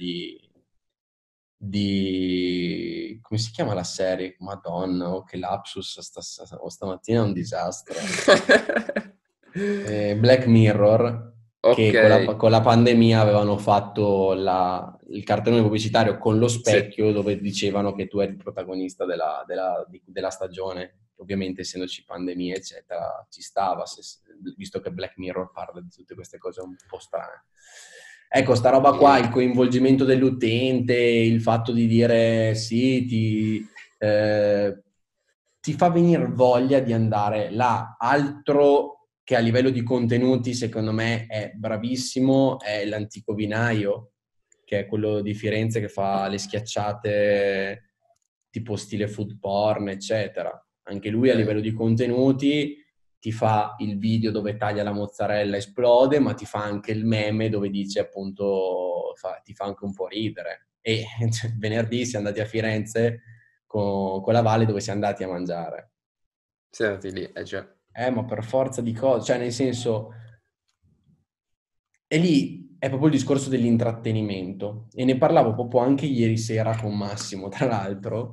come si chiama la serie? Madonna, che lapsus, stamattina è un disastro. Black Mirror, ok, che con la pandemia avevano fatto il cartellone pubblicitario con lo sì, specchio dove dicevano che tu eri il protagonista della stagione. Ovviamente, essendoci pandemia, eccetera, ci stava, visto che Black Mirror parla di tutte queste cose un po' strane. Ecco, sta roba qua, il coinvolgimento dell'utente, il fatto di dire sì, ti fa venire voglia di andare là. Altro che a livello di contenuti, secondo me, è bravissimo, è l'Antico Vinaio, che è quello di Firenze che fa le schiacciate tipo stile food porn, eccetera. Anche lui a livello ok. di contenuti ti fa il video dove taglia la mozzarella e esplode, ma ti fa anche il meme dove dice appunto, ti fa anche un po' ridere. E cioè, venerdì siamo andati a Firenze con la Valle dove siamo andati a mangiare. Siete andati lì, già. Ma per forza di cose, cioè nel senso, e lì è proprio il discorso dell'intrattenimento, e ne parlavo proprio anche ieri sera con Massimo, tra l'altro.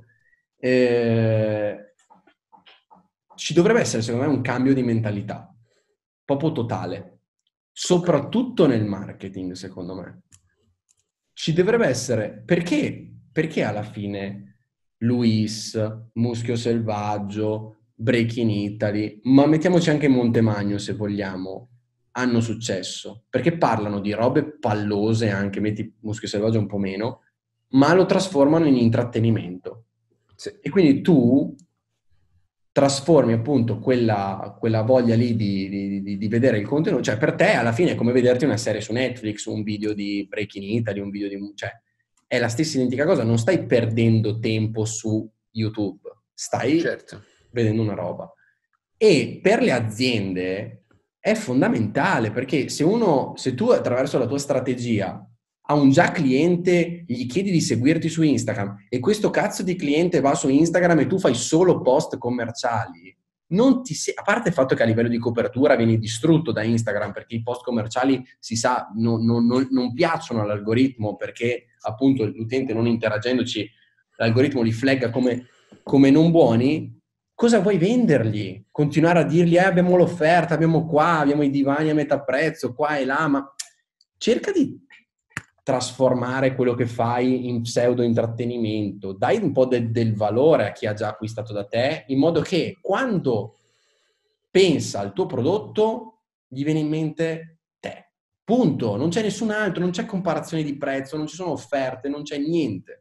Ci dovrebbe essere, secondo me, un cambio di mentalità, proprio totale, soprattutto nel marketing, secondo me. Ci dovrebbe essere, perché alla fine Luis, Muschio Selvaggio, Break in Italy, ma mettiamoci anche Montemagno se vogliamo, hanno successo? Perché parlano di robe pallose, anche metti Muschio Selvaggio un po' meno, ma lo trasformano in intrattenimento. Sì. E quindi tu trasformi appunto quella voglia lì di vedere il contenuto, cioè per te alla fine è come vederti una serie su Netflix, un video di Breaking Italy, un video cioè è la stessa identica cosa, non stai perdendo tempo su YouTube, stai Certo. vedendo una roba. E per le aziende è fondamentale, perché se tu attraverso la tua strategia a un già cliente gli chiedi di seguirti su Instagram e questo cazzo di cliente va su Instagram e tu fai solo post commerciali, a parte il fatto che a livello di copertura vieni distrutto da Instagram, perché i post commerciali, si sa, non piacciono all'algoritmo, perché appunto l'utente, non interagendoci, l'algoritmo li flagga come non buoni. Cosa vuoi vendergli? Continuare a dirgli abbiamo l'offerta, abbiamo qua, abbiamo i divani a metà prezzo, qua e là, ma cerca di trasformare quello che fai in pseudo intrattenimento, dai un po' del valore a chi ha già acquistato da te, in modo che quando pensa al tuo prodotto gli viene in mente te. Punto. Non c'è nessun altro, non c'è comparazione di prezzo, non ci sono offerte, non c'è niente.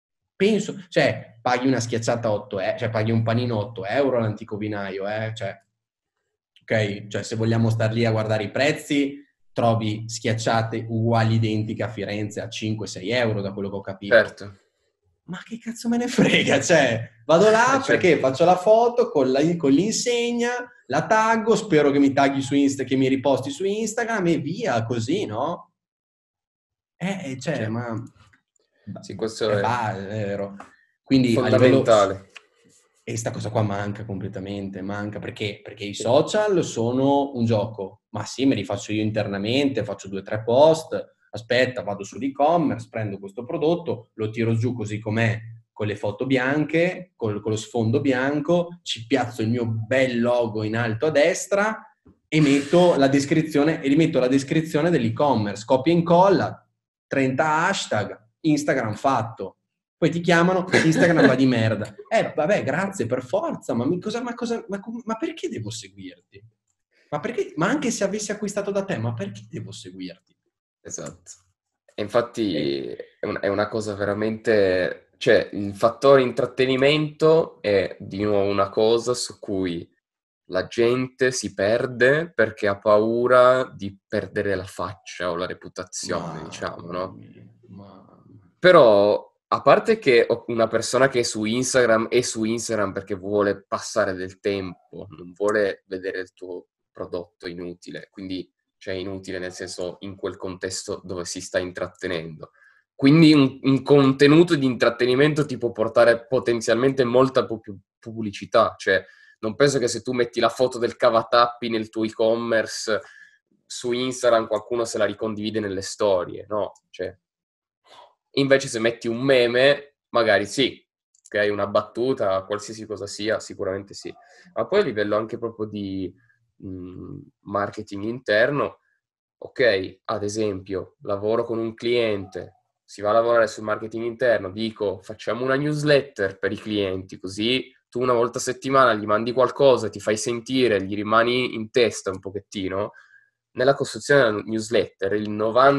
Cioè, paghi una schiacciata a 8 euro, cioè paghi un panino 8 euro all'antico vinaio, cioè, ok? Cioè, se vogliamo star lì a guardare i prezzi, trovi schiacciate uguali identiche a Firenze a 5-6 euro, da quello che ho capito. Certo. Ma che cazzo me ne frega? Cioè, vado là perché faccio la foto con l'insegna, la taggo, spero che mi tagli su Insta, che mi riposti su Instagram e via, così, no? Ma... Sì, questo è vero. Quindi fondamentale. E sta cosa qua manca completamente, perché i social sono un gioco, ma sì, me li faccio io internamente, faccio 2 o 3 post, aspetta, vado sull'e-commerce, prendo questo prodotto, lo tiro giù così com'è, con le foto bianche, con lo sfondo bianco, ci piazzo il mio bel logo in alto a destra e metto la descrizione, dell'e-commerce, copia e incolla, 30 hashtag, Instagram fatto. Poi ti chiamano, Instagram va di merda. Vabbè, grazie, per forza, ma perché devo seguirti? Ma perché? Ma anche se avessi acquistato da te, ma perché devo seguirti? Esatto. E infatti è una cosa veramente... Cioè, il fattore intrattenimento è di nuovo una cosa su cui la gente si perde perché ha paura di perdere la faccia o la reputazione, diciamo, no? Però, a parte che una persona che è su Instagram perché vuole passare del tempo, non vuole vedere il tuo prodotto inutile, quindi cioè inutile nel senso in quel contesto dove si sta intrattenendo. Quindi un contenuto di intrattenimento ti può portare potenzialmente molta più pubblicità, cioè non penso che se tu metti la foto del cavatappi nel tuo e-commerce su Instagram qualcuno se la ricondivide nelle storie, no? Cioè, invece se metti un meme, magari sì, ok? Una battuta, qualsiasi cosa sia, sicuramente sì. Ma poi a livello anche proprio di marketing interno, ok, ad esempio, lavoro con un cliente, si va a lavorare sul marketing interno, dico facciamo una newsletter per i clienti, così tu una volta a settimana gli mandi qualcosa, ti fai sentire, gli rimani in testa un pochettino. Nella costruzione della newsletter il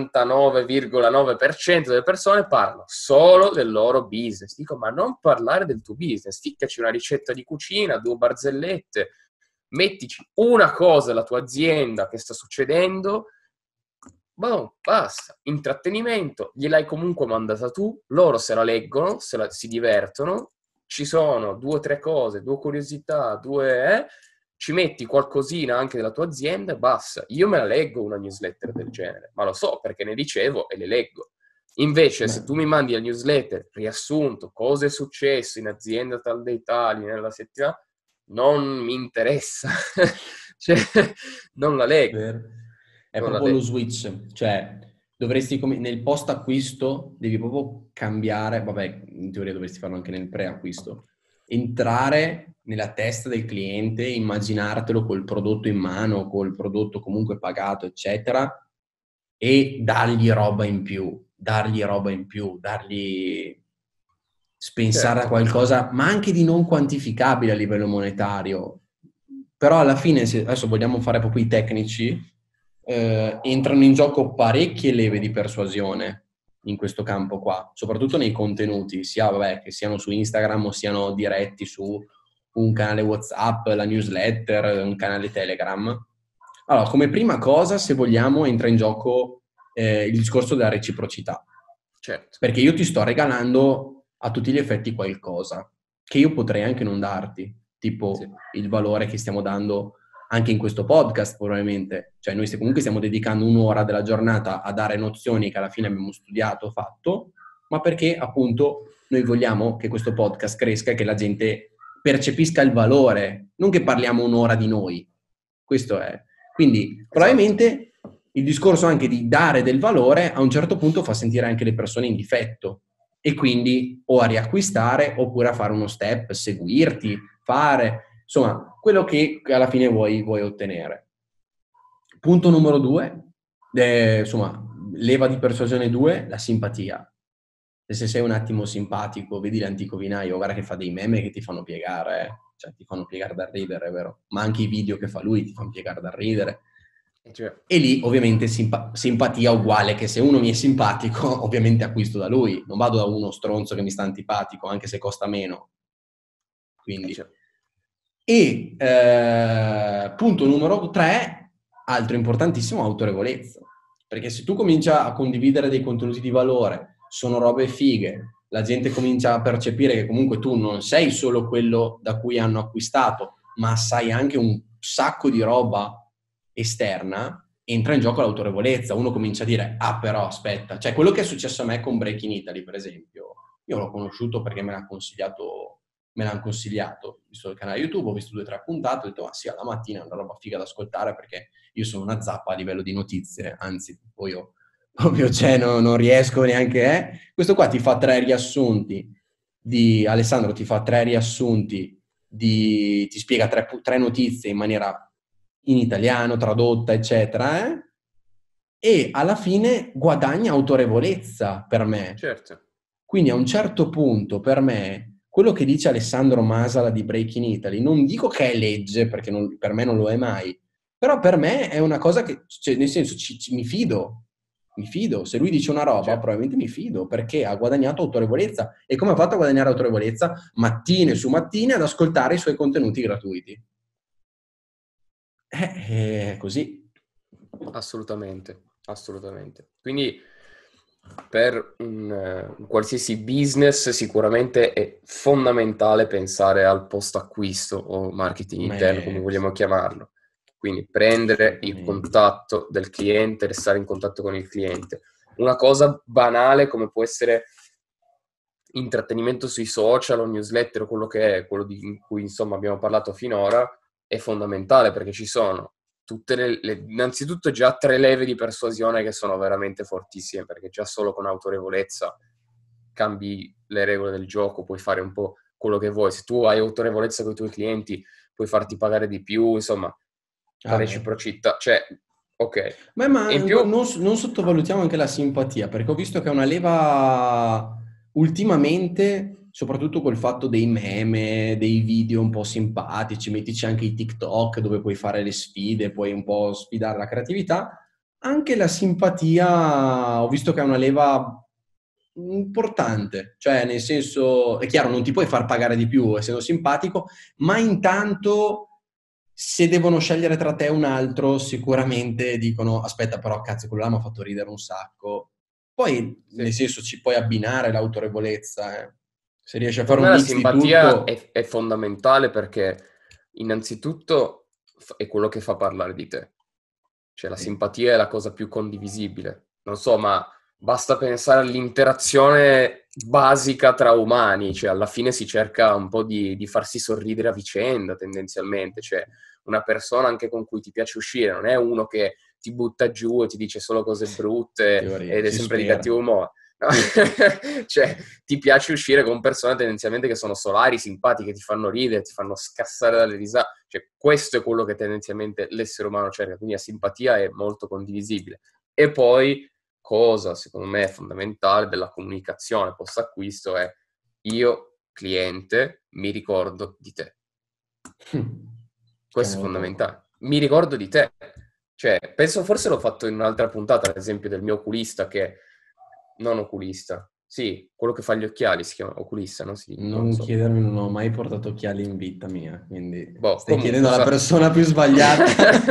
99,9% delle persone parlano solo del loro business. Dico, ma non parlare del tuo business, ficcaci una ricetta di cucina, 2 barzellette, mettici una cosa della tua azienda che sta succedendo, boh, basta, intrattenimento, gliel'hai comunque mandata tu, loro se la leggono, si divertono, ci sono 2 o 3 cose, 2 curiosità, ci metti qualcosina anche della tua azienda e basta. Io me la leggo una newsletter del genere, ma lo so perché ne ricevo e le leggo. Invece, se tu mi mandi la newsletter, riassunto, cosa è successo in azienda tal dei tali nella settimana, non mi interessa. Cioè, non la leggo. È proprio lo switch, cioè dovresti nel post acquisto devi proprio cambiare, vabbè, in teoria dovresti farlo anche nel pre-acquisto, entrare nella testa del cliente, immaginartelo col prodotto in mano, col prodotto comunque pagato, eccetera, e dargli roba in più, dargli pensare a Certo. qualcosa, ma anche di non quantificabile a livello monetario. Però alla fine, se adesso vogliamo fare proprio i tecnici, entrano in gioco parecchie leve di persuasione in questo campo qua, soprattutto nei contenuti, sia vabbè, che siano su Instagram o siano diretti su un canale WhatsApp, la newsletter, un canale Telegram. Allora, come prima cosa, se vogliamo, entra in gioco il discorso della reciprocità. Certo. Perché io ti sto regalando a tutti gli effetti qualcosa che io potrei anche non darti, tipo Sì. il valore che stiamo dando anche in questo podcast probabilmente. Cioè noi comunque stiamo dedicando un'ora della giornata a dare nozioni che alla fine abbiamo studiato, fatto, ma perché appunto noi vogliamo che questo podcast cresca e che la gente percepisca il valore, non che parliamo un'ora di noi. Questo è. Quindi probabilmente il discorso anche di dare del valore a un certo punto fa sentire anche le persone in difetto e quindi o a riacquistare oppure a fare uno step, seguirti, fare, insomma, quello che alla fine vuoi ottenere. Punto numero 2, insomma, leva di persuasione 2, la simpatia. Se sei un attimo simpatico, vedi l'antico vinaio, guarda che fa dei meme che ti fanno piegare, cioè ti fanno piegare da ridere, vero? Ma anche i video che fa lui ti fanno piegare da ridere. E lì ovviamente simpatia uguale che se uno mi è simpatico, ovviamente acquisto da lui, non vado da uno stronzo che mi sta antipatico, anche se costa meno. Quindi. Punto numero 3, altro importantissimo, autorevolezza. Perché se tu cominci a condividere dei contenuti di valore, sono robe fighe, la gente comincia a percepire che comunque tu non sei solo quello da cui hanno acquistato, ma sai anche un sacco di roba esterna, entra in gioco l'autorevolezza. Uno comincia a dire, ah però aspetta, cioè quello che è successo a me con Breaking Italy per esempio, io l'ho conosciuto perché me l'hanno consigliato, visto il canale YouTube, ho visto 2 o 3 puntate, ho detto, sì, alla mattina è una roba figa da ascoltare perché io sono una zappa a livello di notizie, anzi, poi io proprio, cioè, non riesco neanche, Questo qua ti fa 3 riassunti Alessandro ti fa 3 riassunti ti spiega 3 notizie in maniera in italiano, tradotta, eccetera, e alla fine guadagna autorevolezza per me. Certo. Quindi a un certo punto per me quello che dice Alessandro Masala di Breaking Italy, non dico che è legge, perché per me non lo è mai, però per me è una cosa che, cioè, nel senso, mi fido. Se lui dice una roba, certo, probabilmente mi fido, perché ha guadagnato autorevolezza. E come ha fatto a guadagnare autorevolezza? Mattine su mattine ad ascoltare i suoi contenuti gratuiti. È così. Assolutamente. Quindi per un qualsiasi business sicuramente è fondamentale pensare al post acquisto o marketing interno, come vogliamo chiamarlo. Quindi prendere il contatto del cliente, restare in contatto con il cliente. Una cosa banale come può essere intrattenimento sui social o newsletter o quello che è, quello di cui insomma abbiamo parlato finora, è fondamentale perché ci sono tutte innanzitutto già 3 leve di persuasione che sono veramente fortissime, perché già solo con autorevolezza cambi le regole del gioco, puoi fare un po' quello che vuoi. Se tu hai autorevolezza con i tuoi clienti, puoi farti pagare di più, insomma, la reciprocità, cioè, ok. Ma in più non sottovalutiamo anche la simpatia, perché ho visto che è una leva ultimamente, soprattutto col fatto dei meme, dei video un po' simpatici, mettici anche i TikTok dove puoi fare le sfide, puoi un po' sfidare la creatività, anche la simpatia ho visto che è una leva importante, cioè nel senso, è chiaro, non ti puoi far pagare di più essendo simpatico, ma intanto se devono scegliere tra te e un altro, sicuramente dicono, aspetta però cazzo, quello là mi ha fatto ridere un sacco. Poi, nel senso, ci puoi abbinare l'autorevolezza, Se riesci a fare un mix di tutto. Per me la simpatia è fondamentale perché innanzitutto è quello che fa parlare di te. Cioè la simpatia è la cosa più condivisibile. Non so, ma basta pensare all'interazione basica tra umani, cioè alla fine si cerca un po' di farsi sorridere a vicenda tendenzialmente, cioè una persona anche con cui ti piace uscire, non è uno che ti butta giù e ti dice solo cose brutte Teoria, ed è si sempre di spera. cattivo umore. No? Cioè, ti piace uscire con persone tendenzialmente che sono solari, simpatiche, ti fanno ridere, ti fanno scassare dalle risate. Cioè, questo è quello che tendenzialmente l'essere umano cerca, quindi la simpatia è molto condivisibile. E poi, cosa secondo me è fondamentale della comunicazione post-acquisto è: io, cliente, mi ricordo di te. Questo è fondamentale. Mi ricordo di te. Cioè, penso, forse l'ho fatto in un'altra puntata, ad esempio, del mio oculista che... Non oculista. Sì, quello che fa gli occhiali si chiama oculista, non si dice? Non Non so. chiedermi, non ho mai portato occhiali in vita mia, quindi Boh, stai chiedendo comunque, alla persona più sbagliata.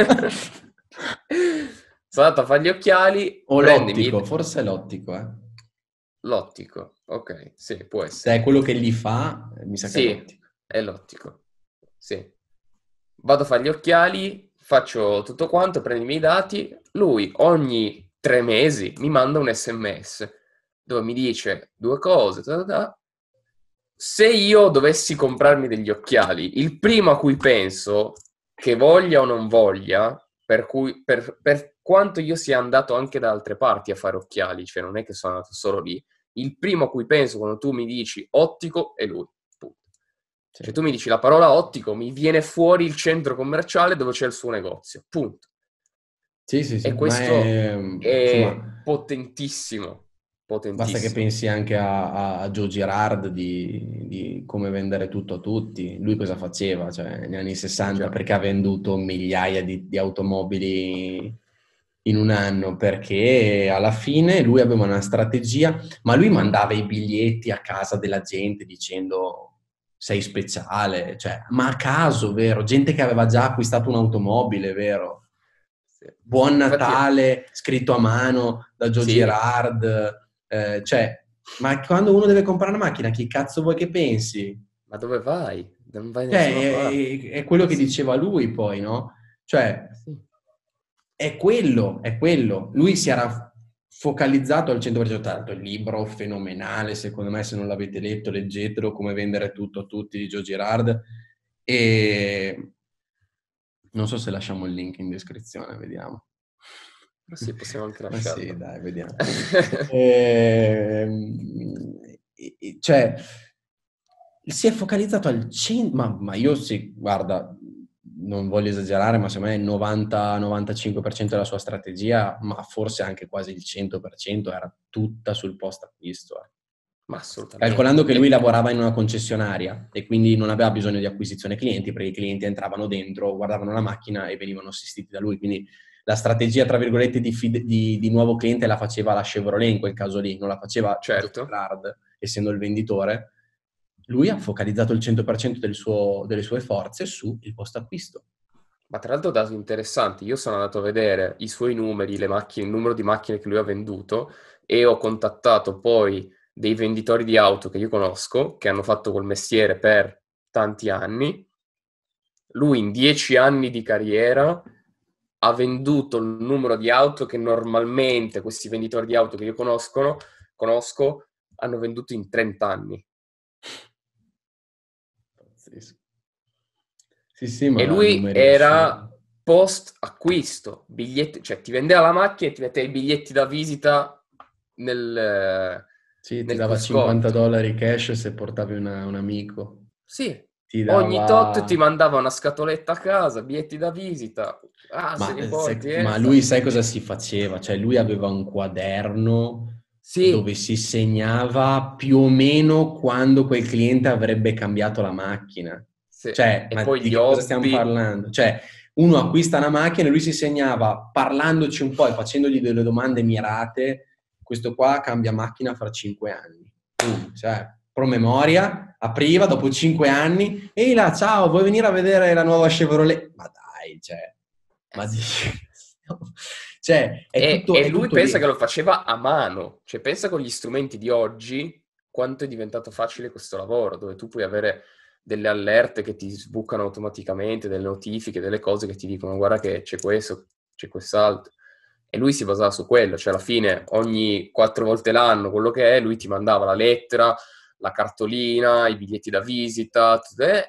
sono andato a fare gli occhiali, O prendimi l'ottico, forse è l'ottico, l'ottico. Ok, sì, può Se è essere. quello che li fa, mi sa che è Sì, l'ottico. è l'ottico. Sì. Vado a fare gli occhiali, faccio tutto quanto, prendo i miei dati. Lui ogni 3 mesi mi manda un SMS dove mi dice 2 cose. Se io dovessi comprarmi degli occhiali, il primo a cui penso, che voglia o non voglia, per quanto io sia andato anche da altre parti a fare occhiali, cioè non è che sono andato solo lì, il primo a cui penso quando tu mi dici ottico è lui. Punto. Sì. Cioè tu mi dici la parola ottico, mi viene fuori il centro commerciale dove c'è il suo negozio. Punto. Sì, E questo è potentissimo. Basta che pensi anche a Joe Girard di come vendere tutto a tutti. Lui cosa faceva? Cioè, negli anni 60, perché ha venduto migliaia di automobili in un anno? Perché alla fine lui aveva una strategia, ma lui mandava i biglietti a casa della gente dicendo sei speciale, cioè, ma a caso, vero? Gente che aveva già acquistato un'automobile, vero? Sì. Buon Infatti, Natale, scritto a mano da Joe sì. Girard. Cioè, ma quando uno deve comprare una macchina, chi cazzo vuoi che pensi? Ma dove vai? Non vai da Cioè, nessuna parte. è quello che diceva lui poi, no? Cioè, Sì. è quello. Lui si era focalizzato al 100%, tanto il libro fenomenale, secondo me, se non l'avete letto, leggetelo, Come vendere tutto a tutti di Joe Girard. E non so se lasciamo il link in descrizione, vediamo. Ma sì, possiamo anche Ma sì, lasciarlo. dai, vediamo. Cioè, si è focalizzato al 100%, ma io sì, guarda, non voglio esagerare, ma secondo me il 90-95% della sua strategia, ma forse anche quasi il 100% era tutta sul post acquisto. Ma assolutamente. Calcolando che lui lavorava in una concessionaria e quindi non aveva bisogno di acquisizione clienti, perché i clienti entravano dentro, guardavano la macchina e venivano assistiti da lui, quindi la strategia, tra virgolette, di nuovo cliente la faceva la Chevrolet in quel caso lì, non la faceva Certo. Gerard, essendo il venditore. Lui ha focalizzato il 100% delle sue forze sul post acquisto. Ma tra l'altro dati interessanti, io sono andato a vedere i suoi numeri, le macchine, il numero di macchine che lui ha venduto e ho contattato poi dei venditori di auto che io conosco, che hanno fatto quel mestiere per tanti anni. Lui in 10 anni di carriera ha venduto il numero di auto che normalmente questi venditori di auto che io conosco hanno venduto in 30 anni. Sì, ma E lui numeri era assurdi. post acquisto, biglietti, cioè ti vendeva la macchina e ti metteva i biglietti da visita nel Ti dava cruscotto. $50 cash se portavi un amico. Sì, Ti ogni tot ti dava... mandava una scatoletta a casa, biglietti da visita. Ah, se li porti, Ma lui sai cosa si faceva? Cioè lui aveva un quaderno Sì, dove si segnava più o meno quando quel cliente avrebbe cambiato la macchina. sì. Cioè, E ma poi di gli che cosa stiamo hobby. parlando? Cioè, uno acquista una macchina e lui si segnava parlandoci un po' e facendogli delle domande mirate. Questo qua cambia macchina fra 5 anni. Cioè, promemoria, apriva dopo 5 anni. Ehi là, ciao, vuoi venire a vedere la nuova Chevrolet? Ma dai, cioè... Ma dici... Cioè, E è lui tutto pensa lì. che lo faceva a mano, cioè pensa con gli strumenti di oggi quanto è diventato facile questo lavoro, dove tu puoi avere delle allerte che ti sbucano automaticamente, delle notifiche, delle cose che ti dicono guarda che c'è questo, c'è quest'altro. E lui si basava su quello, cioè alla fine ogni 4 volte l'anno, quello che è, lui ti mandava la lettera, la cartolina, i biglietti da visita,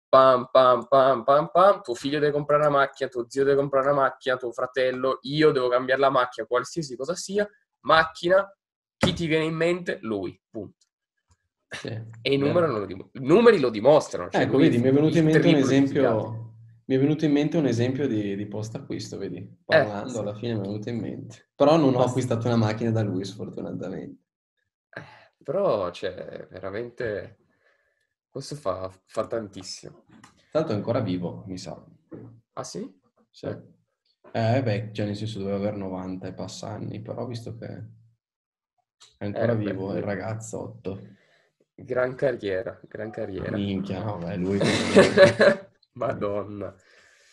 pam, pam, pam, pam, pam, tuo figlio deve comprare una macchina, tuo zio deve comprare una macchina, tuo fratello, io devo cambiare la macchina, qualsiasi cosa sia, macchina, chi ti viene in mente? Lui, punto. Sì, E i numeri lo dimostrano. Cioè ecco, vedi, mi è venuto in mente un triplo di tutti gli altri. esempio, mi è venuto in mente un esempio di post-acquisto, vedi? Parlando, sì. alla fine mi è venuto in mente. Però non ho Basta. acquistato una macchina da lui, sfortunatamente. Però, cioè, veramente, questo fa tantissimo. Tra l'altro è ancora vivo, mi sa. Ah sì? Sì. Beh, cioè nel senso doveva avere 90 e passa anni, però visto che è ancora vivo, è il ragazzotto. Gran carriera. Minchia, no, beh, lui... Madonna.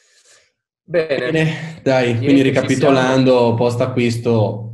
Bene, dai, direi quindi che ci ricapitolando, post-acquisto,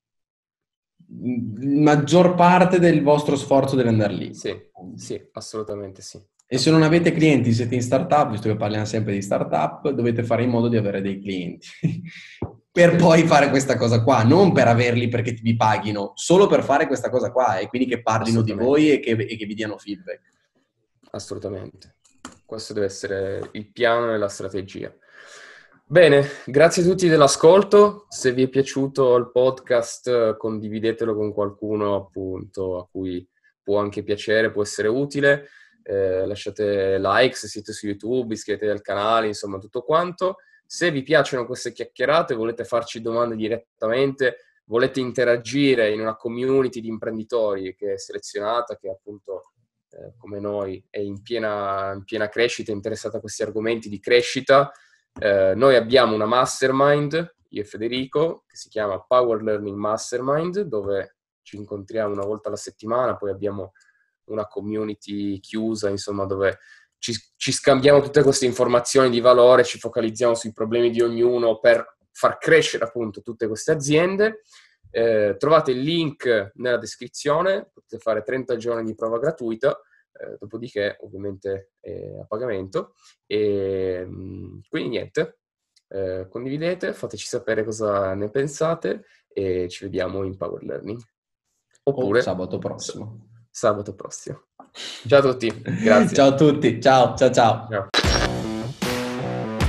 maggior parte del vostro sforzo deve andare lì. Sì, assolutamente sì. E se non avete clienti, siete in startup, visto che parliamo sempre di startup, dovete fare in modo di avere dei clienti. Per poi fare questa cosa qua, non per averli perché vi paghino, solo per fare questa cosa qua e quindi che parlino di voi e che vi diano feedback. Assolutamente. Questo deve essere il piano e la strategia. Bene, grazie a tutti dell'ascolto. Se vi è piaciuto il podcast, condividetelo con qualcuno appunto a cui può anche piacere, può essere utile. Lasciate like se siete su YouTube, iscrivetevi al canale, insomma tutto quanto. Se vi piacciono queste chiacchierate, volete farci domande direttamente, volete interagire in una community di imprenditori che è selezionata, che appunto come noi è in piena crescita, è interessata a questi argomenti di crescita, noi abbiamo una mastermind, io e Federico, che si chiama Power Learning Mastermind, dove ci incontriamo una volta alla settimana, poi abbiamo una community chiusa, insomma, dove ci scambiamo tutte queste informazioni di valore, ci focalizziamo sui problemi di ognuno per far crescere appunto tutte queste aziende. Trovate il link nella descrizione, potete fare 30 giorni di prova gratuita, dopodiché ovviamente è a pagamento. E quindi niente, condividete, fateci sapere cosa ne pensate e ci vediamo in Power Learning. Oppure sabato prossimo. Sabato prossimo. Ciao a tutti, grazie. Ciao a tutti, ciao.